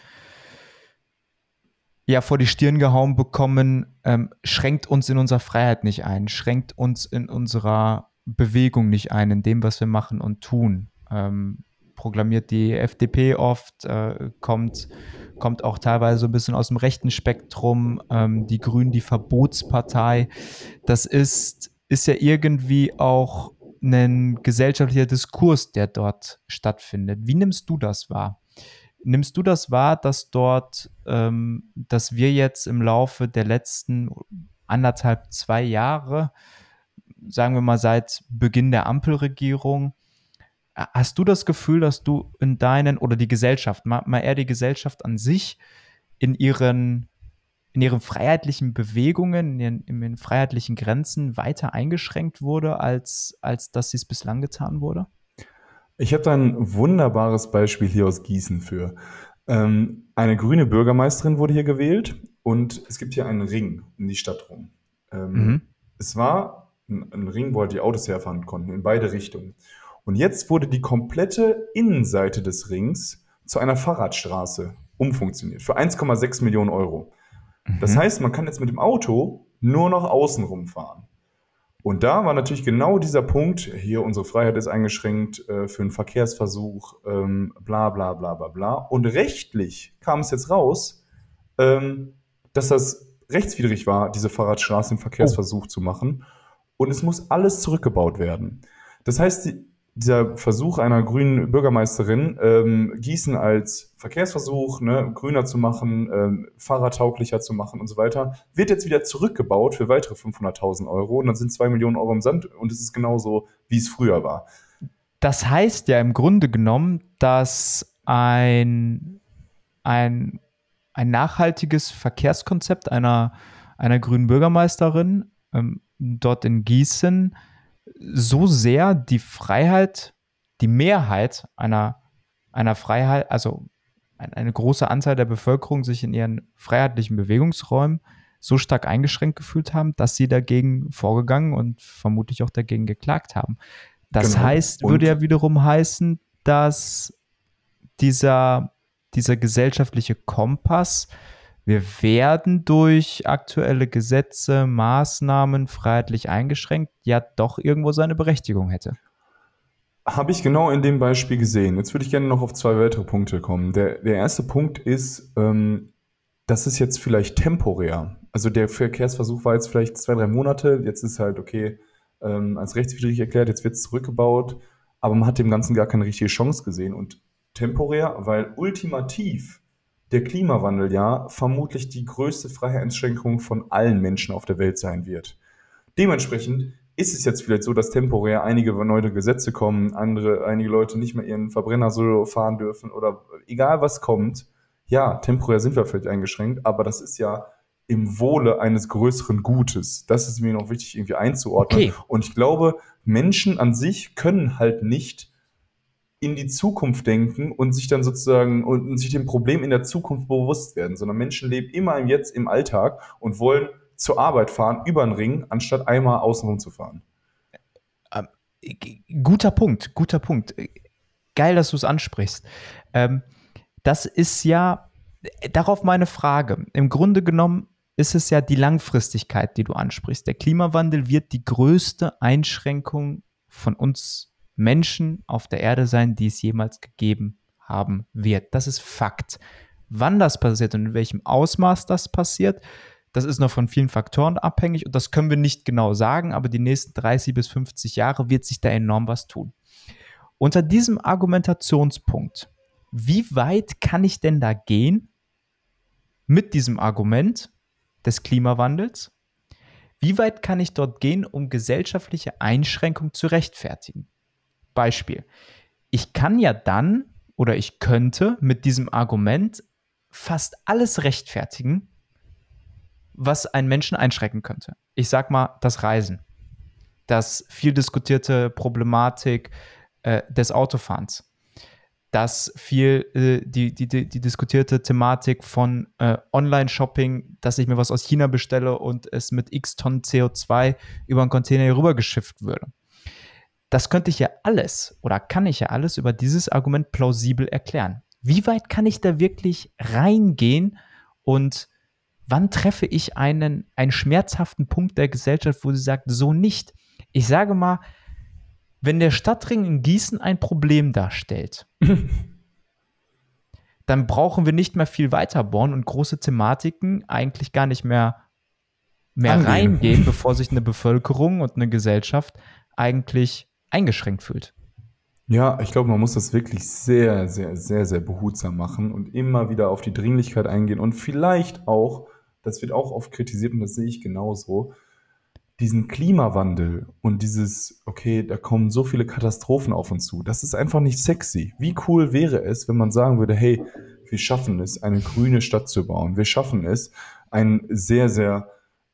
ja vor die Stirn gehauen bekommen, schränkt uns in unserer Freiheit nicht ein, schränkt uns in unserer Bewegung nicht ein, in dem, was wir machen und tun. Proklamiert die FDP oft, kommt auch teilweise so ein bisschen aus dem rechten Spektrum, die Grünen, die Verbotspartei. Das ist ja irgendwie auch ein gesellschaftlicher Diskurs, der dort stattfindet. Wie nimmst du das wahr? Nimmst du das wahr, dass dort, dass wir jetzt im Laufe der letzten 2 Jahre, sagen wir mal seit Beginn der Ampelregierung, hast du das Gefühl, dass du in deinen, oder die Gesellschaft, mal eher die Gesellschaft an sich, in ihren freiheitlichen Bewegungen, in den freiheitlichen Grenzen weiter eingeschränkt wurde, als dass sie es bislang getan wurde? Ich habe da ein wunderbares Beispiel hier aus Gießen für. Eine grüne Bürgermeisterin wurde hier gewählt und es gibt hier einen Ring um die Stadt rum. Mhm. Es war ein Ring, wo halt die Autos herfahren konnten, in beide Richtungen. Und jetzt wurde die komplette Innenseite des Rings zu einer Fahrradstraße umfunktioniert für 1,6 Millionen Euro. Das Mhm. heißt, man kann jetzt mit dem Auto nur noch außenrum fahren. Und da war natürlich genau dieser Punkt, hier unsere Freiheit ist eingeschränkt für einen Verkehrsversuch, bla bla bla bla bla. Und rechtlich kam es jetzt raus, dass das rechtswidrig war, diese Fahrradstraße im Oh, Verkehrsversuch zu machen. Und es muss alles zurückgebaut werden. Das heißt, dieser Versuch einer grünen Bürgermeisterin, Gießen als Verkehrsversuch, ne, grüner zu machen, fahrradtauglicher zu machen und so weiter, wird jetzt wieder zurückgebaut für weitere 500.000 Euro und dann sind 2 Millionen Euro im Sand und es ist genauso, wie es früher war. das heißt ja im Grunde genommen, dass ein nachhaltiges Verkehrskonzept einer grünen Bürgermeisterin dort in Gießen so sehr die Freiheit, die Mehrheit einer Freiheit, also eine große Anzahl der Bevölkerung sich in ihren freiheitlichen Bewegungsräumen so stark eingeschränkt gefühlt haben, dass sie dagegen vorgegangen und vermutlich auch dagegen geklagt haben. Das Genau. heißt, würde Und ja wiederum heißen, dass dieser, dieser gesellschaftliche Kompass, wir werden durch aktuelle Gesetze, Maßnahmen freiheitlich eingeschränkt, ja doch irgendwo seine Berechtigung hätte. habe ich genau in dem Beispiel gesehen. Jetzt würde ich gerne noch auf zwei weitere Punkte kommen. Der erste Punkt ist, das ist jetzt vielleicht temporär. Also der Verkehrsversuch war jetzt vielleicht 2, 3 Monate. Jetzt ist halt okay, als rechtswidrig erklärt, jetzt wird es zurückgebaut. Aber man hat dem Ganzen gar keine richtige Chance gesehen. Und temporär, weil ultimativ der Klimawandel ja vermutlich die größte Freiheitseinschränkung von allen Menschen auf der Welt sein wird. Dementsprechend ist es jetzt vielleicht so, dass temporär einige neue Gesetze kommen, einige Leute nicht mehr ihren Verbrenner so fahren dürfen oder egal was kommt. Ja, temporär sind wir vielleicht eingeschränkt, aber das ist ja im Wohle eines größeren Gutes. Das ist mir noch wichtig irgendwie einzuordnen. Okay, Und ich glaube, Menschen an sich können halt nicht in die Zukunft denken und sich dann sozusagen und sich dem Problem in der Zukunft bewusst werden, sondern Menschen leben immer im Jetzt, im Alltag und wollen zur Arbeit fahren über den Ring, anstatt einmal außenrum zu fahren. ähm, guter Punkt, guter Punkt. Geil, dass du es ansprichst. Ähm, Das ist ja, darauf meine Frage. Im Grunde genommen ist es ja die Langfristigkeit, die du ansprichst. Der Klimawandel wird die größte Einschränkung von uns Menschen auf der Erde sein, die es jemals gegeben haben wird. Das ist Fakt. Wann das passiert und in welchem Ausmaß das passiert, das ist noch von vielen Faktoren abhängig und das können wir nicht genau sagen, aber die nächsten 30 bis 50 Jahre wird sich da enorm was tun. Unter diesem Argumentationspunkt, wie weit kann ich denn da gehen mit diesem Argument des Klimawandels? Wie weit kann ich dort gehen, um gesellschaftliche Einschränkungen zu rechtfertigen? Beispiel. Ich kann ja dann oder ich könnte mit diesem Argument fast alles rechtfertigen, was einen Menschen einschränken könnte. Ich sag mal, das Reisen, das viel diskutierte Problematik des Autofahrens, das viel die diskutierte Thematik von Online-Shopping, dass ich mir was aus China bestelle und es mit x Tonnen CO2 über einen Container hier rübergeschifft würde. Das könnte ich ja alles oder kann ich ja alles über dieses Argument plausibel erklären. Wie weit kann ich da wirklich reingehen und wann treffe ich einen schmerzhaften Punkt der Gesellschaft, wo sie sagt, so nicht? Ich sage mal, wenn der Stadtring in Gießen ein Problem darstellt, dann brauchen wir nicht mehr viel weiter bohren und große Thematiken eigentlich gar nicht mehr Angehen. reingehen, bevor sich eine Bevölkerung und eine Gesellschaft eigentlich eingeschränkt fühlt. Ja, ich glaube, man muss das wirklich sehr, sehr, sehr, sehr behutsam machen und immer wieder auf die Dringlichkeit eingehen und vielleicht auch, das wird auch oft kritisiert und das sehe ich genauso, diesen Klimawandel und dieses, okay, da kommen so viele Katastrophen auf uns zu, das ist einfach nicht sexy. Wie cool wäre es, wenn man sagen würde, hey, wir schaffen es, eine grüne Stadt zu bauen. Wir schaffen es, einen sehr, sehr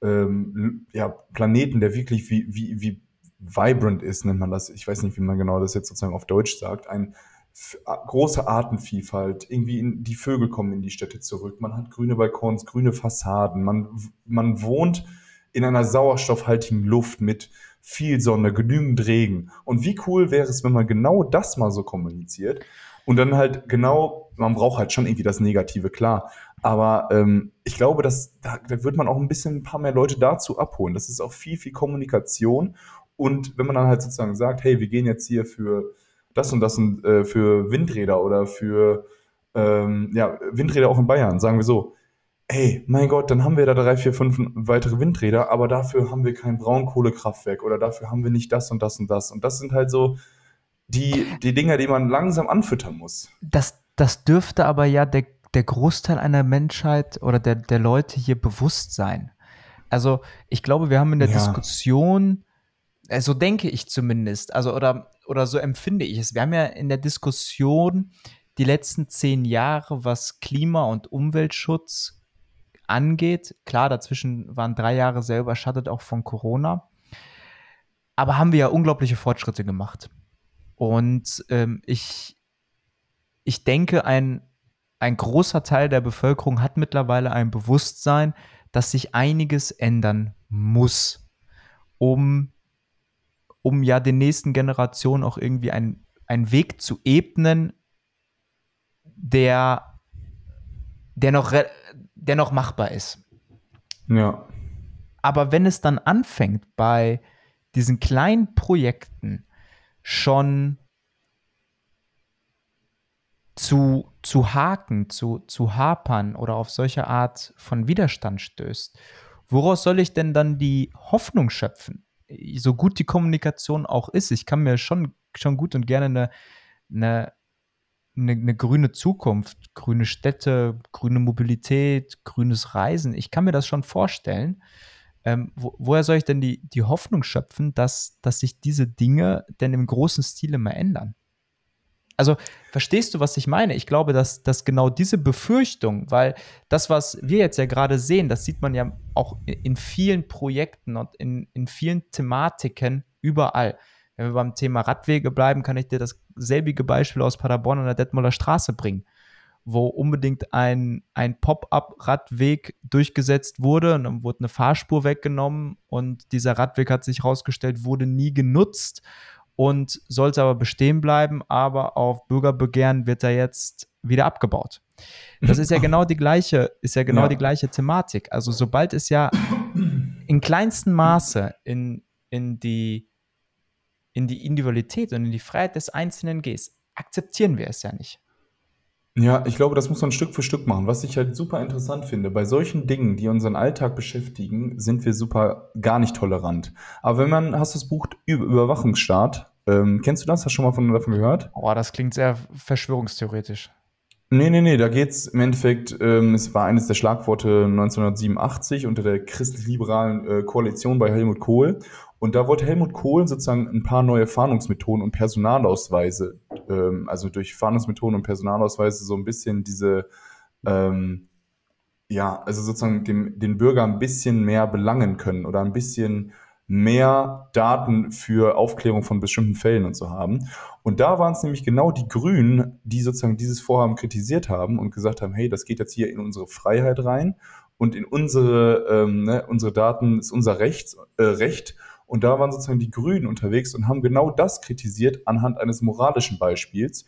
ja, Planeten, der wirklich wie vibrant ist, nennt man das. Ich weiß nicht, wie man genau das jetzt sozusagen auf Deutsch sagt. Eine große Artenvielfalt. Irgendwie die Vögel kommen in die Städte zurück. Man hat grüne Balkons, grüne Fassaden. Man wohnt in einer sauerstoffhaltigen Luft mit viel Sonne, genügend Regen. Und wie cool wäre es, wenn man genau das mal so kommuniziert und dann halt genau, man braucht halt schon irgendwie das Negative, klar. Aber ich glaube, da wird man auch ein paar mehr Leute dazu abholen. Das ist auch viel, viel Kommunikation. Und wenn man dann halt sozusagen sagt, hey, wir gehen jetzt hier für das und für Windräder oder für ja, Windräder auch in Bayern, sagen wir so, ey, mein Gott, dann haben wir da 3, 4, 5 weitere Windräder, aber dafür haben wir kein Braunkohlekraftwerk oder dafür haben wir nicht das und das und das. Und das sind halt so die Dinger, die man langsam anfüttern muss. Das dürfte aber ja der Großteil einer Menschheit oder der Leute hier bewusst sein. Also ich glaube, wir haben in der Ja, Diskussion, so denke ich zumindest, also oder so empfinde ich es. Wir haben ja in der Diskussion die letzten 10 Jahre, was Klima- und Umweltschutz angeht. Klar, dazwischen waren 3 Jahre sehr überschattet auch von Corona. Aber haben wir ja unglaubliche Fortschritte gemacht. Und ich denke, ein großer Teil der Bevölkerung hat mittlerweile ein Bewusstsein, dass sich einiges ändern muss, um ja den nächsten Generationen auch irgendwie einen Weg zu ebnen, der, der noch machbar ist. Ja. Aber wenn es dann anfängt, bei diesen kleinen Projekten schon zu haken, zu hapern oder auf solche Art von Widerstand stößt, woraus soll ich denn dann die Hoffnung schöpfen? So gut die Kommunikation auch ist, ich kann mir schon gut und gerne eine grüne Zukunft, grüne Städte, grüne Mobilität, grünes Reisen, ich kann mir das schon vorstellen. Woher soll ich denn die Hoffnung schöpfen, dass sich diese Dinge denn im großen Stile mal ändern? Also, verstehst du, was ich meine? Ich glaube, dass genau diese Befürchtung, weil das, was wir jetzt ja gerade sehen, das sieht man ja auch in vielen Projekten und in vielen Thematiken überall. Wenn wir beim Thema Radwege bleiben, kann ich dir das selbige Beispiel aus Paderborn an der Detmolder Straße bringen, wo unbedingt ein Pop-up-Radweg durchgesetzt wurde und dann wurde eine Fahrspur weggenommen und dieser Radweg hat sich herausgestellt, wurde nie genutzt und sollte aber bestehen bleiben, aber auf Bürgerbegehren wird er jetzt wieder abgebaut. Das ist ja genau die gleiche, Ja. Thematik. Also sobald es ja in kleinstem Maße in die Individualität und in die Freiheit des Einzelnen geht, akzeptieren wir es ja nicht. Ja, ich glaube, das muss man Stück für Stück machen. Was ich halt super interessant finde, bei solchen Dingen, die unseren Alltag beschäftigen, sind wir super gar nicht tolerant. Aber wenn man, hast du das Buch Überwachungsstaat, kennst du das? Hast du schon mal davon gehört? Oh, das klingt sehr verschwörungstheoretisch. Nee, da geht's im Endeffekt, es war eines der Schlagworte 1987 unter der christlich-liberalen Koalition bei Helmut Kohl. Und da wollte Helmut Kohl sozusagen ein paar neue Fahndungsmethoden und Personalausweise, also durch Fahndungsmethoden und Personalausweise so ein bisschen diese, ähm, ja, also sozusagen den Bürger ein bisschen mehr belangen können oder ein bisschen mehr Daten für Aufklärung von bestimmten Fällen und so haben. Und da waren es nämlich genau die Grünen, die sozusagen dieses Vorhaben kritisiert haben und gesagt haben, hey, das geht jetzt hier in unsere Freiheit rein und in unsere Daten ist unser Recht. Und da waren sozusagen die Grünen unterwegs und haben genau das kritisiert anhand eines moralischen Beispiels.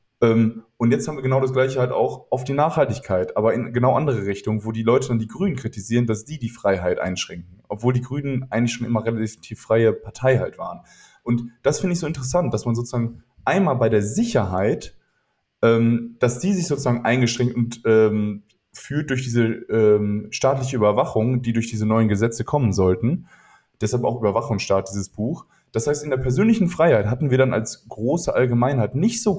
Und jetzt haben wir genau das Gleiche halt auch auf die Nachhaltigkeit, aber in genau andere Richtung, wo die Leute dann die Grünen kritisieren, dass die Freiheit einschränken, obwohl die Grünen eigentlich schon immer relativ freie Partei halt waren. Und das finde ich so interessant, dass man sozusagen einmal bei der Sicherheit, dass die sich sozusagen eingeschränkt und führt durch diese staatliche Überwachung, die durch diese neuen Gesetze kommen sollten. Deshalb auch Überwachungsstaat, dieses Buch. Das heißt, in der persönlichen Freiheit hatten wir dann als große Allgemeinheit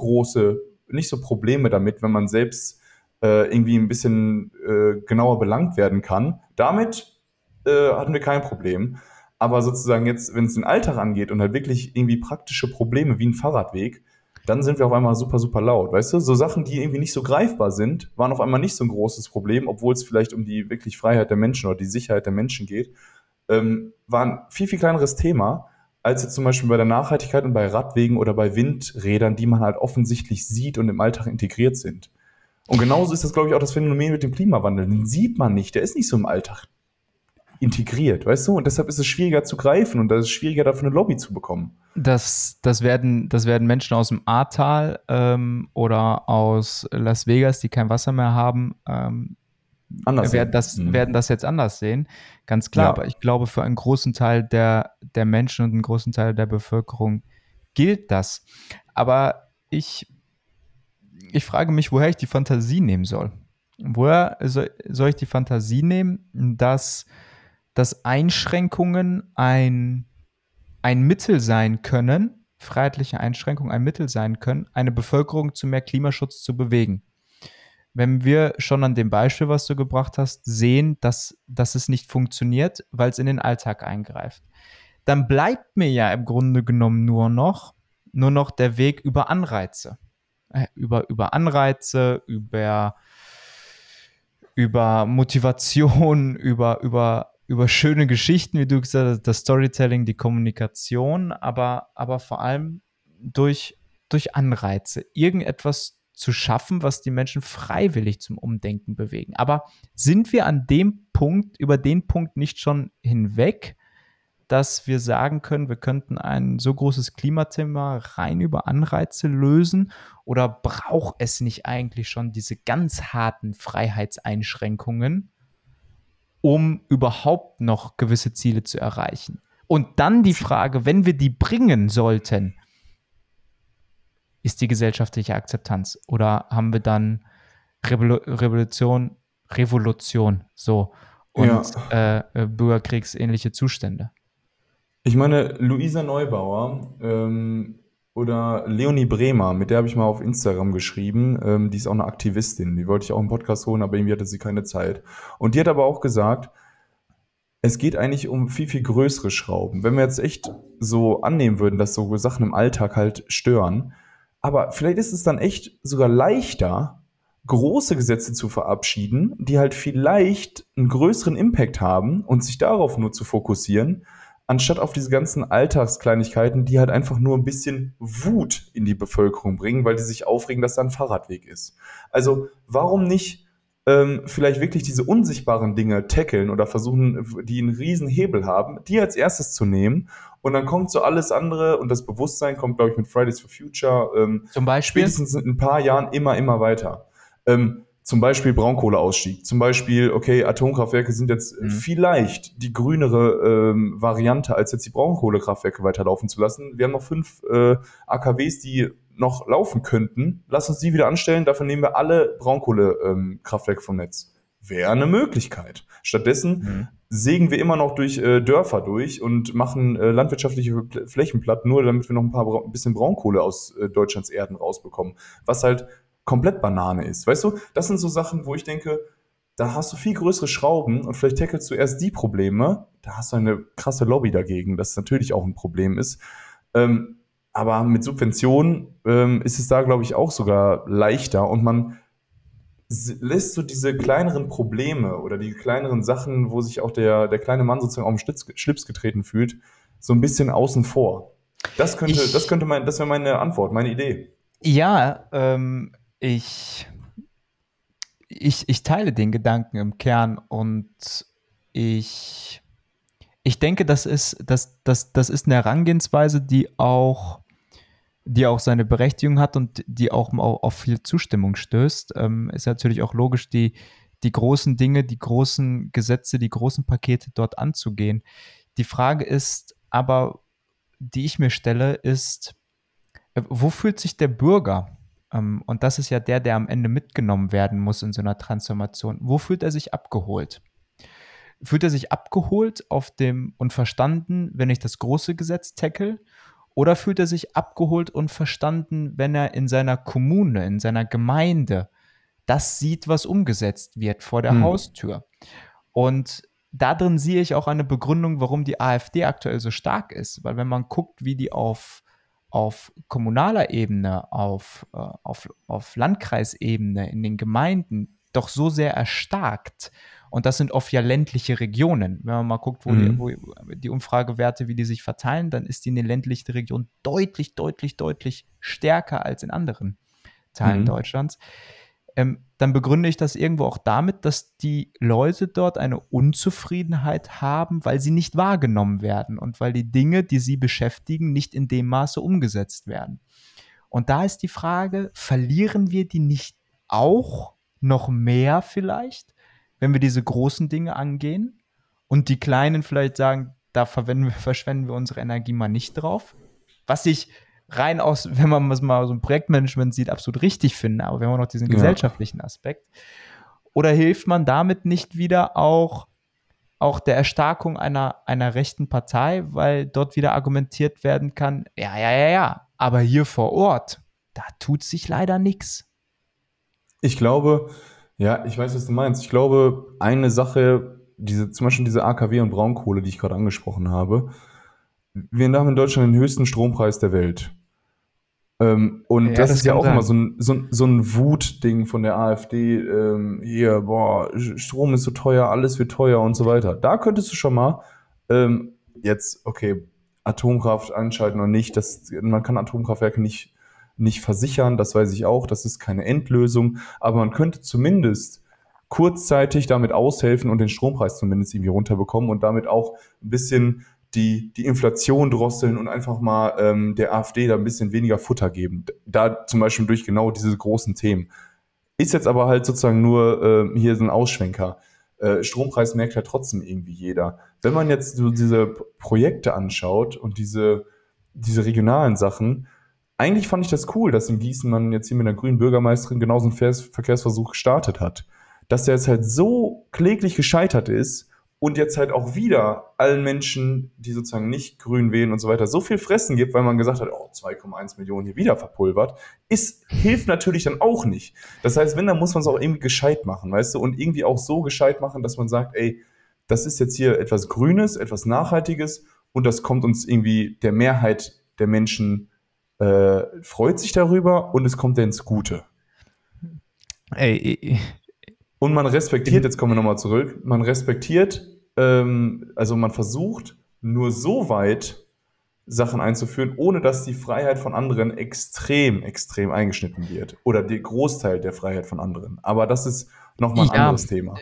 nicht so Probleme damit, wenn man selbst irgendwie ein bisschen genauer belangt werden kann. Damit hatten wir kein Problem. Aber sozusagen jetzt, wenn es den Alltag angeht und halt wirklich irgendwie praktische Probleme wie ein Fahrradweg, dann sind wir auf einmal super, super laut. Weißt du, so Sachen, die irgendwie nicht so greifbar sind, waren auf einmal nicht so ein großes Problem, obwohl es vielleicht um die wirklich Freiheit der Menschen oder die Sicherheit der Menschen geht, war ein viel, viel kleineres Thema, als jetzt zum Beispiel bei der Nachhaltigkeit und bei Radwegen oder bei Windrädern, die man halt offensichtlich sieht und im Alltag integriert sind. Und genauso ist das, glaube ich, auch das Phänomen mit dem Klimawandel. Den sieht man nicht, der ist nicht so im Alltag integriert, weißt du? Und deshalb ist es schwieriger zu greifen und da ist es schwieriger, dafür eine Lobby zu bekommen. Das werden Menschen aus dem Ahrtal oder aus Las Vegas, die kein Wasser mehr haben, Anders sehen. werden das jetzt anders sehen. Ganz klar, aber Ja. ich glaube, für einen großen Teil der Menschen und einen großen Teil der Bevölkerung gilt das. Aber ich frage mich, woher ich die Fantasie nehmen soll. Woher soll ich die Fantasie nehmen, dass Einschränkungen ein Mittel sein können, freiheitliche Einschränkungen ein Mittel sein können, eine Bevölkerung zu mehr Klimaschutz zu bewegen? Wenn wir schon an dem Beispiel, was du gebracht hast, sehen, dass es nicht funktioniert, weil es in den Alltag eingreift, dann bleibt mir ja im Grunde genommen nur noch der Weg über Anreize. Über Anreize, über Motivation, über schöne Geschichten, wie du gesagt hast, das Storytelling, die Kommunikation, aber vor allem durch Anreize. Irgendetwas zu schaffen, was die Menschen freiwillig zum Umdenken bewegen. Aber sind wir an dem Punkt, über den Punkt nicht schon hinweg, dass wir sagen können, wir könnten ein so großes Klimathema rein über Anreize lösen? Oder braucht es nicht eigentlich schon diese ganz harten Freiheitseinschränkungen, um überhaupt noch gewisse Ziele zu erreichen? Und dann die Frage, wenn wir die bringen sollten, ist die gesellschaftliche Akzeptanz? Oder haben wir dann Revolution, so und bürgerkriegsähnliche Zustände? Ich meine, Luisa Neubauer oder Leonie Bremer, mit der habe ich mal auf Instagram geschrieben, die ist auch eine Aktivistin, die wollte ich auch im Podcast holen, aber irgendwie hatte sie keine Zeit. Und die hat aber auch gesagt, es geht eigentlich um viel, viel größere Schrauben. Wenn wir jetzt echt so annehmen würden, dass so Sachen im Alltag halt stören, aber vielleicht ist es dann echt sogar leichter, große Gesetze zu verabschieden, die halt vielleicht einen größeren Impact haben und sich darauf nur zu fokussieren, anstatt auf diese ganzen Alltagskleinigkeiten, die halt einfach nur ein bisschen Wut in die Bevölkerung bringen, weil die sich aufregen, dass da ein Fahrradweg ist. Also warum nicht vielleicht wirklich diese unsichtbaren Dinge tackeln oder versuchen, die einen riesen Hebel haben, die als erstes zu nehmen und dann kommt so alles andere und das Bewusstsein kommt, glaube ich, mit Fridays for Future Zum Beispiel? spätestens in ein paar Jahren immer weiter. Zum Beispiel Braunkohleausstieg. Zum Beispiel, okay, Atomkraftwerke sind jetzt vielleicht die grünere Variante, als jetzt die Braunkohlekraftwerke weiterlaufen zu lassen. Wir haben noch 5 AKWs, die noch laufen könnten. Lass uns die wieder anstellen, dafür nehmen wir alle Braunkohlekraftwerke vom Netz. Wäre eine Möglichkeit. Stattdessen sägen wir immer noch durch Dörfer durch und machen landwirtschaftliche Flächen platt, nur damit wir noch ein bisschen Braunkohle aus Deutschlands Erden rausbekommen. Was halt komplett Banane ist. Weißt du, das sind so Sachen, wo ich denke, da hast du viel größere Schrauben und vielleicht tackelst du erst die Probleme, da hast du eine krasse Lobby dagegen, das natürlich auch ein Problem ist. Aber mit Subventionen ist es da, glaube ich, auch sogar leichter und man lässt so diese kleineren Probleme oder die kleineren Sachen, wo sich auch der kleine Mann sozusagen auf den Schlips getreten fühlt, so ein bisschen außen vor. Das wäre meine Antwort, meine Idee. Ja, ich teile den Gedanken im Kern und ich denke, das ist eine Herangehensweise, die auch seine Berechtigung hat und die auch auf viel Zustimmung stößt. Ist natürlich auch logisch, die großen Dinge, die großen Gesetze, die großen Pakete dort anzugehen. Die Frage ist aber, die ich mir stelle, ist, wo fühlt sich der Bürger? Und das ist ja der am Ende mitgenommen werden muss in so einer Transformation. Wo fühlt er sich abgeholt? Fühlt er sich abgeholt und verstanden, wenn ich das große Gesetz tackle? Oder fühlt er sich abgeholt und verstanden, wenn er in seiner Kommune, in seiner Gemeinde das sieht, was umgesetzt wird vor der Haustür? Und darin sehe ich auch eine Begründung, warum die AfD aktuell so stark ist. Weil wenn man guckt, wie die auf kommunaler Ebene, auf Landkreisebene, in den Gemeinden doch so sehr erstarkt. Und das sind oft ja ländliche Regionen. Wenn man mal guckt, wo die Umfragewerte, wie die sich verteilen, dann ist die in den ländlichen Regionen deutlich, deutlich, deutlich stärker als in anderen Teilen Deutschlands. Dann begründe ich das irgendwo auch damit, dass die Leute dort eine Unzufriedenheit haben, weil sie nicht wahrgenommen werden und weil die Dinge, die sie beschäftigen, nicht in dem Maße umgesetzt werden. Und da ist die Frage, verlieren wir die nicht auch noch mehr vielleicht, wenn wir diese großen Dinge angehen und die kleinen vielleicht sagen, da verschwenden wir unsere Energie mal nicht drauf? Was ich rein aus, wenn man es mal so ein Projektmanagement sieht, absolut richtig finde, aber wenn man noch diesen gesellschaftlichen Aspekt. Oder hilft man damit nicht wieder auch der Erstarkung einer rechten Partei, weil dort wieder argumentiert werden kann, ja, aber hier vor Ort, da tut sich leider nichts. Ich glaube, ja, ich weiß, was du meinst. Ich glaube, eine Sache, zum Beispiel diese AKW und Braunkohle, die ich gerade angesprochen habe, wir haben in Deutschland den höchsten Strompreis der Welt. Und Ja, das ist ja auch sein. immer so ein Wutding von der AfD. Hier, boah, Strom ist so teuer, alles wird teuer und so weiter. Da könntest du schon mal jetzt, okay, Atomkraft einschalten oder nicht. Man kann Atomkraftwerke nicht nicht versichern, das weiß ich auch, das ist keine Endlösung, aber man könnte zumindest kurzzeitig damit aushelfen und den Strompreis zumindest irgendwie runterbekommen und damit auch ein bisschen die Inflation drosseln und einfach mal der AfD da ein bisschen weniger Futter geben. Da zum Beispiel durch genau diese großen Themen. Ist jetzt aber halt sozusagen nur hier so ein Ausschwenker. Strompreis merkt ja trotzdem irgendwie jeder. Wenn man jetzt so diese Projekte anschaut und diese regionalen Sachen, eigentlich fand ich das cool, dass in Gießen man jetzt hier mit einer grünen Bürgermeisterin genauso einen Verkehrsversuch gestartet hat. Dass der jetzt halt so kläglich gescheitert ist und jetzt halt auch wieder allen Menschen, die sozusagen nicht grün wählen und so weiter, so viel Fressen gibt, weil man gesagt hat, oh, 2,1 Millionen hier wieder verpulvert, hilft natürlich dann auch nicht. Das heißt, wenn, dann muss man es auch irgendwie gescheit machen, weißt du, und irgendwie auch so gescheit machen, dass man sagt, ey, das ist jetzt hier etwas Grünes, etwas Nachhaltiges und das kommt uns irgendwie der Mehrheit der Menschen freut sich darüber und es kommt dann ins Gute. Ey, Und man respektiert, jetzt kommen wir nochmal zurück, man respektiert, also man versucht nur so weit Sachen einzuführen, ohne dass die Freiheit von anderen extrem, extrem eingeschnitten wird. Oder der Großteil der Freiheit von anderen. Aber das ist nochmal ein ja, anderes Thema.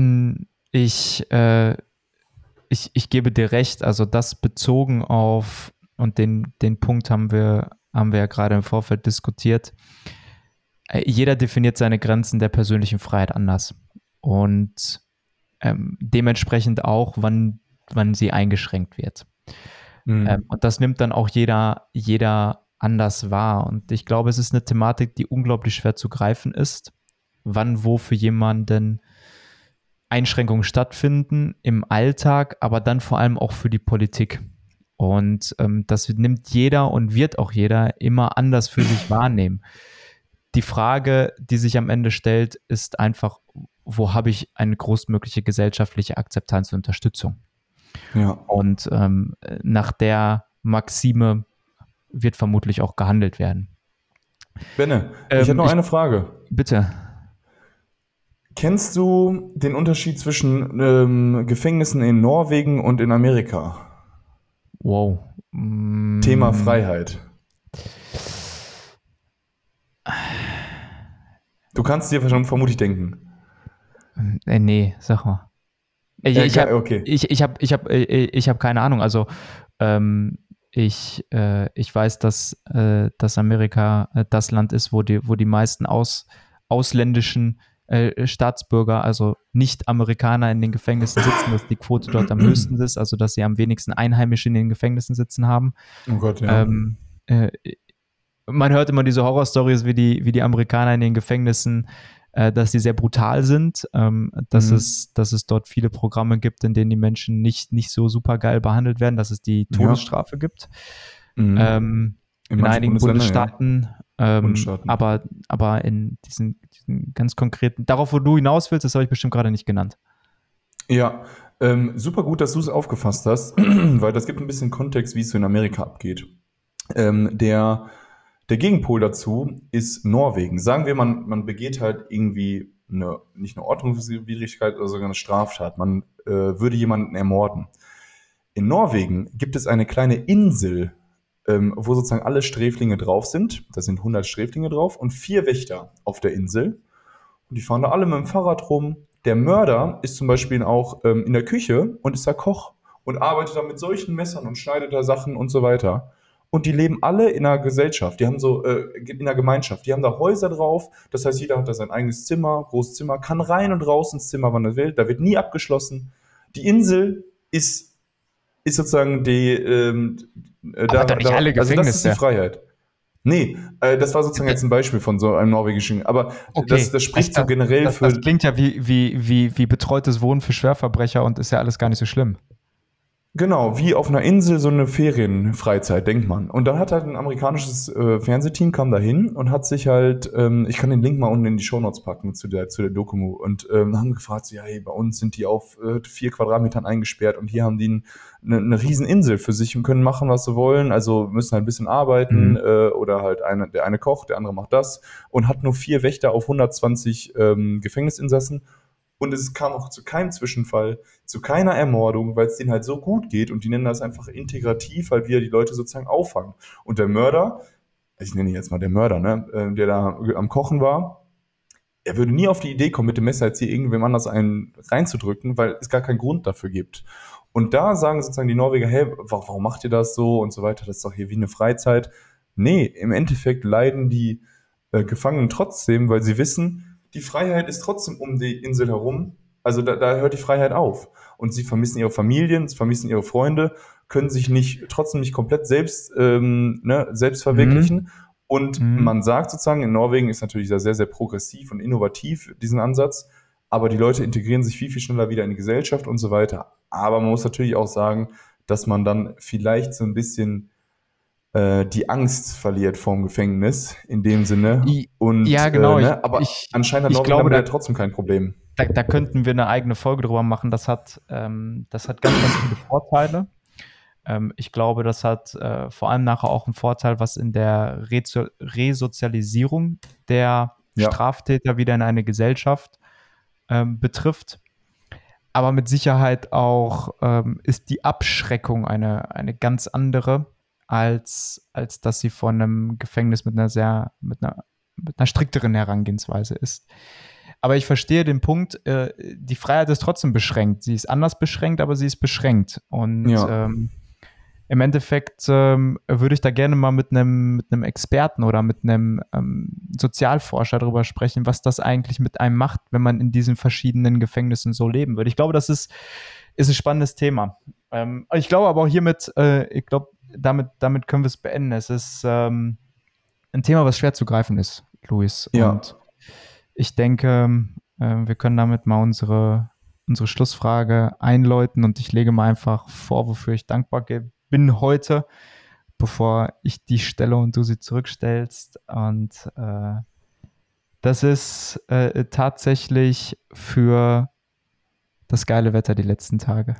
Ich gebe dir recht, also das bezogen auf, und den Punkt haben wir ja gerade im Vorfeld diskutiert, jeder definiert seine Grenzen der persönlichen Freiheit anders und dementsprechend auch, wann sie eingeschränkt wird. Und das nimmt dann auch jeder anders wahr. Und ich glaube, es ist eine Thematik, die unglaublich schwer zu greifen ist, wann wo für jemanden Einschränkungen stattfinden im Alltag, aber dann vor allem auch für die Politik. Und das nimmt jeder und wird auch jeder immer anders für sich wahrnehmen. Die Frage, die sich am Ende stellt, ist einfach, wo habe ich eine großmögliche gesellschaftliche Akzeptanz und Unterstützung? Ja. Und nach der Maxime wird vermutlich auch gehandelt werden. Benne, ich habe noch eine Frage. Bitte. Kennst du den Unterschied zwischen Gefängnissen in Norwegen und in Amerika? Wow. Thema Freiheit. Du kannst dir schon vermutlich denken. Nee, sag mal. Ich habe keine Ahnung. Also ich weiß, dass Amerika das Land ist, wo die meisten ausländischen Staatsbürger, also Nicht-Amerikaner in den Gefängnissen sitzen, dass die Quote dort am höchsten ist, also dass sie am wenigsten Einheimische in den Gefängnissen sitzen haben. Oh Gott, ja. Man hört immer diese Horrorstories, wie die Amerikaner in den Gefängnissen, dass die sehr brutal sind, dass es dort viele Programme gibt, in denen die Menschen nicht so super geil behandelt werden, dass es die Todesstrafe gibt. In einigen Bundesstaaten, aber in diesen ganz konkreten, darauf, wo du hinaus willst, das habe ich bestimmt gerade nicht genannt. Ja, super gut, dass du es aufgefasst hast, weil das gibt ein bisschen Kontext, wie es so in Amerika abgeht. Der Gegenpol dazu ist Norwegen. Sagen wir, man begeht halt irgendwie nicht eine Ordnungswidrigkeit oder sogar eine Straftat. Man würde jemanden ermorden. In Norwegen gibt es eine kleine Insel, wo sozusagen alle Sträflinge drauf sind. Da sind 100 Sträflinge drauf und 4 Wächter auf der Insel. Und die fahren da alle mit dem Fahrrad rum. Der Mörder ist zum Beispiel auch in der Küche und ist da Koch und arbeitet da mit solchen Messern und schneidet da Sachen und so weiter. Und die leben alle in einer Gesellschaft, die haben so in einer Gemeinschaft, die haben da Häuser drauf, das heißt, jeder hat da sein eigenes Zimmer, großes Zimmer, kann rein und raus ins Zimmer, wann er will, da wird nie abgeschlossen. Die Insel ist sozusagen doch nicht alle Gefängnisse. Also das ist die Freiheit. Nee, das war sozusagen jetzt ein Beispiel von so einem norwegischen, aber okay, das spricht so generell für... Das klingt ja wie betreutes Wohnen für Schwerverbrecher und ist ja alles gar nicht so schlimm. Genau, wie auf einer Insel so eine Ferienfreizeit, denkt man. Und dann hat halt ein amerikanisches Fernsehteam kam da hin und hat sich halt, ich kann den Link mal unten in die Shownotes packen zu der Doku und haben gefragt, so, ja, hey, bei uns sind die auf 4 Quadratmetern eingesperrt und hier haben die eine riesen Insel für sich und können machen, was sie wollen, also müssen halt ein bisschen arbeiten oder halt der eine kocht, der andere macht das und hat nur 4 Wächter auf 120 Gefängnisinsassen. Und es kam auch zu keinem Zwischenfall, zu keiner Ermordung, weil es denen halt so gut geht und die nennen das einfach integrativ, halt wie die Leute sozusagen auffangen. Und der Mörder ich nenne ihn jetzt mal der Mörder, ne, der da am Kochen war, er würde nie auf die Idee kommen, mit dem Messer jetzt hier irgendwem anders einen reinzudrücken, weil es gar keinen Grund dafür gibt. Und da sagen sozusagen die Norweger, hey, warum macht ihr das so und so weiter, das ist doch hier wie eine Freizeit. Nee, im Endeffekt leiden die Gefangenen trotzdem, weil sie wissen, die Freiheit ist trotzdem um die Insel herum. Also da hört die Freiheit auf. Und sie vermissen ihre Familien, sie vermissen ihre Freunde, können sich trotzdem nicht komplett selbst Mhm. verwirklichen. Und Mhm. man sagt sozusagen, in Norwegen ist natürlich sehr, sehr progressiv und innovativ, diesen Ansatz, aber die Leute integrieren sich viel, viel schneller wieder in die Gesellschaft und so weiter. Aber man muss natürlich auch sagen, dass man dann vielleicht so ein bisschen die Angst verliert vorm Gefängnis in dem Sinne. I- Ja, Und genau. ne, aber anscheinend hat Ich Norwegen glaube, damit ja trotzdem kein Problem. da könnten wir eine eigene Folge drüber machen. Das hat ganz, ganz viele Vorteile. Ich glaube, das hat vor allem nachher auch einen Vorteil, was in der Resozialisierung der Ja, Straftäter wieder in eine Gesellschaft betrifft. Aber mit Sicherheit auch ist die Abschreckung eine ganz andere, als dass sie von einem Gefängnis mit einer strikteren Herangehensweise ist. Aber ich verstehe den Punkt, die Freiheit ist trotzdem beschränkt. Sie ist anders beschränkt, aber sie ist beschränkt. Und ja, im Endeffekt würde ich da gerne mal mit einem Experten oder mit einem Sozialforscher darüber sprechen, was das eigentlich mit einem macht, wenn man in diesen verschiedenen Gefängnissen so leben würde. Ich glaube, ist ein spannendes Thema. Ich glaube aber auch hiermit, damit können wir es beenden. Es ist ein Thema, was schwer zu greifen ist, Luis. ja. Und ich denke, wir können damit mal unsere Schlussfrage einläuten und ich lege mal einfach vor, wofür ich dankbar bin heute, bevor ich die stelle und du sie zurückstellst. Und das ist tatsächlich für das geile Wetter die letzten Tage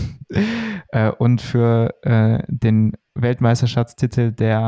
und für den Weltmeisterschaftstitel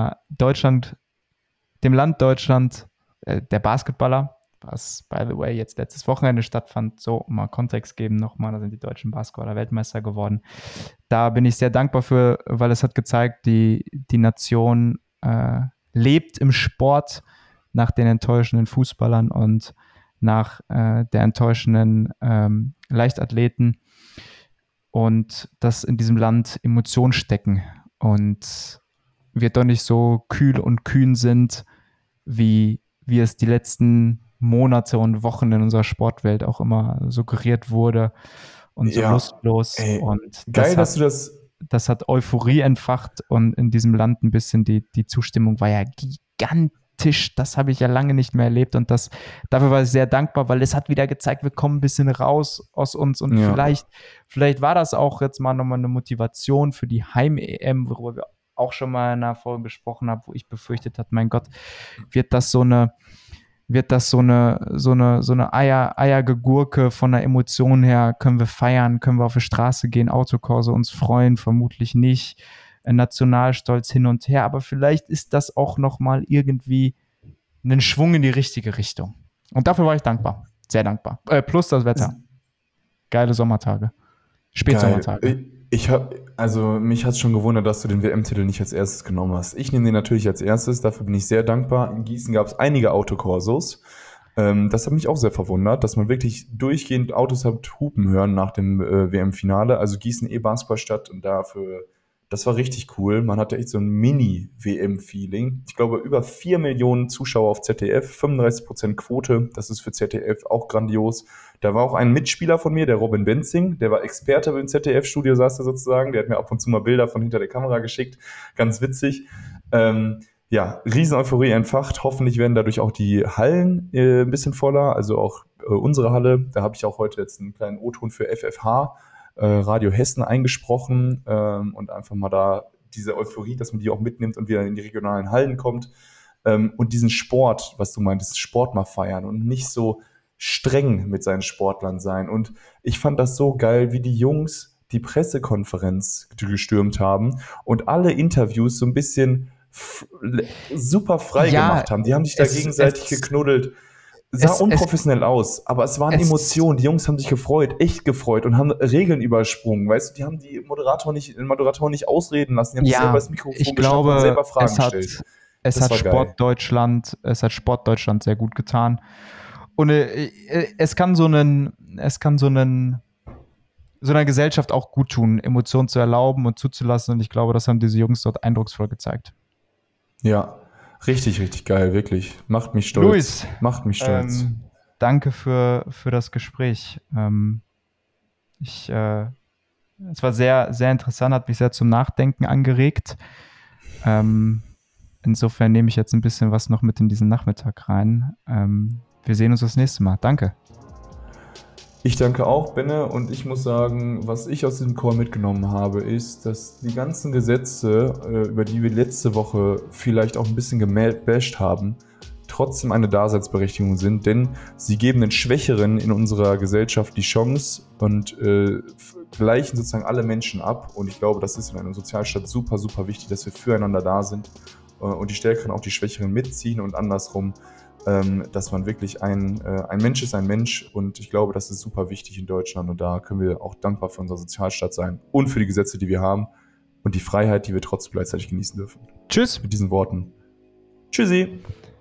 dem Land Deutschland, der Basketballer, was, by the way, jetzt letztes Wochenende stattfand. So, um mal Kontext geben nochmal, da sind die deutschen Basketballer Weltmeister geworden. Da bin ich sehr dankbar für, weil es hat gezeigt, die Nation lebt im Sport nach den enttäuschenden Fußballern und nach der enttäuschenden Leichtathleten und dass in diesem Land Emotionen stecken und wir doch nicht so kühl und kühn sind, wie es die letzten Monate und Wochen in unserer Sportwelt auch immer suggeriert wurde und so Ja, lustlos. ey, Und geil, dass du das. das hat Euphorie entfacht und in diesem Land ein bisschen die Zustimmung war ja gigantisch. Das habe ich ja lange nicht mehr erlebt und dafür war ich sehr dankbar, weil es hat wieder gezeigt, wir kommen ein bisschen raus aus uns und Ja, vielleicht war das auch jetzt mal nochmal eine Motivation für die Heim-EM, worüber wir auch schon mal in einer Folge gesprochen haben, wo ich befürchtet habe, mein Gott, wird das so eine so eine Eiergegurke von der Emotion her, können wir feiern, können wir auf die Straße gehen, Autokurse uns freuen, vermutlich nicht, Nationalstolz hin und her, aber vielleicht ist das auch nochmal irgendwie einen Schwung in die richtige Richtung. Und dafür war ich dankbar, sehr dankbar. Plus das Wetter, geile Sommertage, geil. Spätsommertage. Also mich hat es schon gewundert, dass du den WM-Titel nicht als erstes genommen hast. Ich nehme den natürlich als erstes, dafür bin ich sehr dankbar. In Gießen gab es einige Autokorsos. Das hat mich auch sehr verwundert, dass man wirklich durchgehend Autos hat hupen hören nach dem WM-Finale. Also Gießen Basketballstadt und dafür, das war richtig cool. Man hatte echt so ein Mini-WM-Feeling. Ich glaube, über 4 Millionen Zuschauer auf ZDF, 35% Quote, das ist für ZDF auch grandios. Da war auch ein Mitspieler von mir, der Robin Benzing, der war Experte im ZDF-Studio, saß er sozusagen. Der hat mir ab und zu mal Bilder von hinter der Kamera geschickt. Ganz witzig. Ja, Riesen-Euphorie entfacht. Hoffentlich werden dadurch auch die Hallen ein bisschen voller, also auch unsere Halle. Da habe ich auch heute jetzt einen kleinen O-Ton für FFH, Radio Hessen, eingesprochen und einfach mal da diese Euphorie, dass man die auch mitnimmt und wieder in die regionalen Hallen kommt. Und diesen Sport, was du meintest, Sport mal feiern und nicht so streng mit seinen Sportlern sein. Und ich fand das so geil, wie die Jungs die Pressekonferenz gestürmt haben und alle Interviews so ein bisschen super frei Ja, gemacht haben. Die haben sich da es, gegenseitig es, geknuddelt. Sah es, es, unprofessionell aus, aber es waren es, Emotionen. Die Jungs haben sich gefreut, echt gefreut und haben Regeln übersprungen. Weißt du, die haben den Moderator nicht ausreden lassen. Die haben sich selber ja, das Mikrofon ich geschnappt und glaube, selber Fragen gestellt. es Das hat war geil. Sport Deutschland sehr gut getan. Und es kann so einer Gesellschaft auch gut tun, Emotionen zu erlauben und zuzulassen. Und ich glaube, das haben diese Jungs dort eindrucksvoll gezeigt. Ja, richtig, richtig geil, wirklich. Macht mich stolz. Luis, Macht mich stolz. danke für das Gespräch. Ich, es war sehr, sehr interessant, hat mich sehr zum Nachdenken angeregt. Insofern nehme ich jetzt ein bisschen was noch mit in diesen Nachmittag rein. Wir sehen uns das nächste Mal. Danke. Ich danke auch, Benne, und ich muss sagen, was ich aus diesem Call mitgenommen habe, ist, dass die ganzen Gesetze, über die wir letzte Woche vielleicht auch ein bisschen gebasht haben, trotzdem eine Daseinsberechtigung sind, denn sie geben den Schwächeren in unserer Gesellschaft die Chance und gleichen sozusagen alle Menschen ab. Und ich glaube, das ist in einem Sozialstaat super, super wichtig, dass wir füreinander da sind und die Stärkeren auch die Schwächeren mitziehen und andersrum, dass man wirklich ein Mensch ist ein Mensch, und ich glaube, das ist super wichtig in Deutschland, und da können wir auch dankbar für unseren Sozialstaat sein und für die Gesetze, die wir haben und die Freiheit, die wir trotzdem gleichzeitig genießen dürfen. Tschüss. Mit diesen Worten. Tschüssi.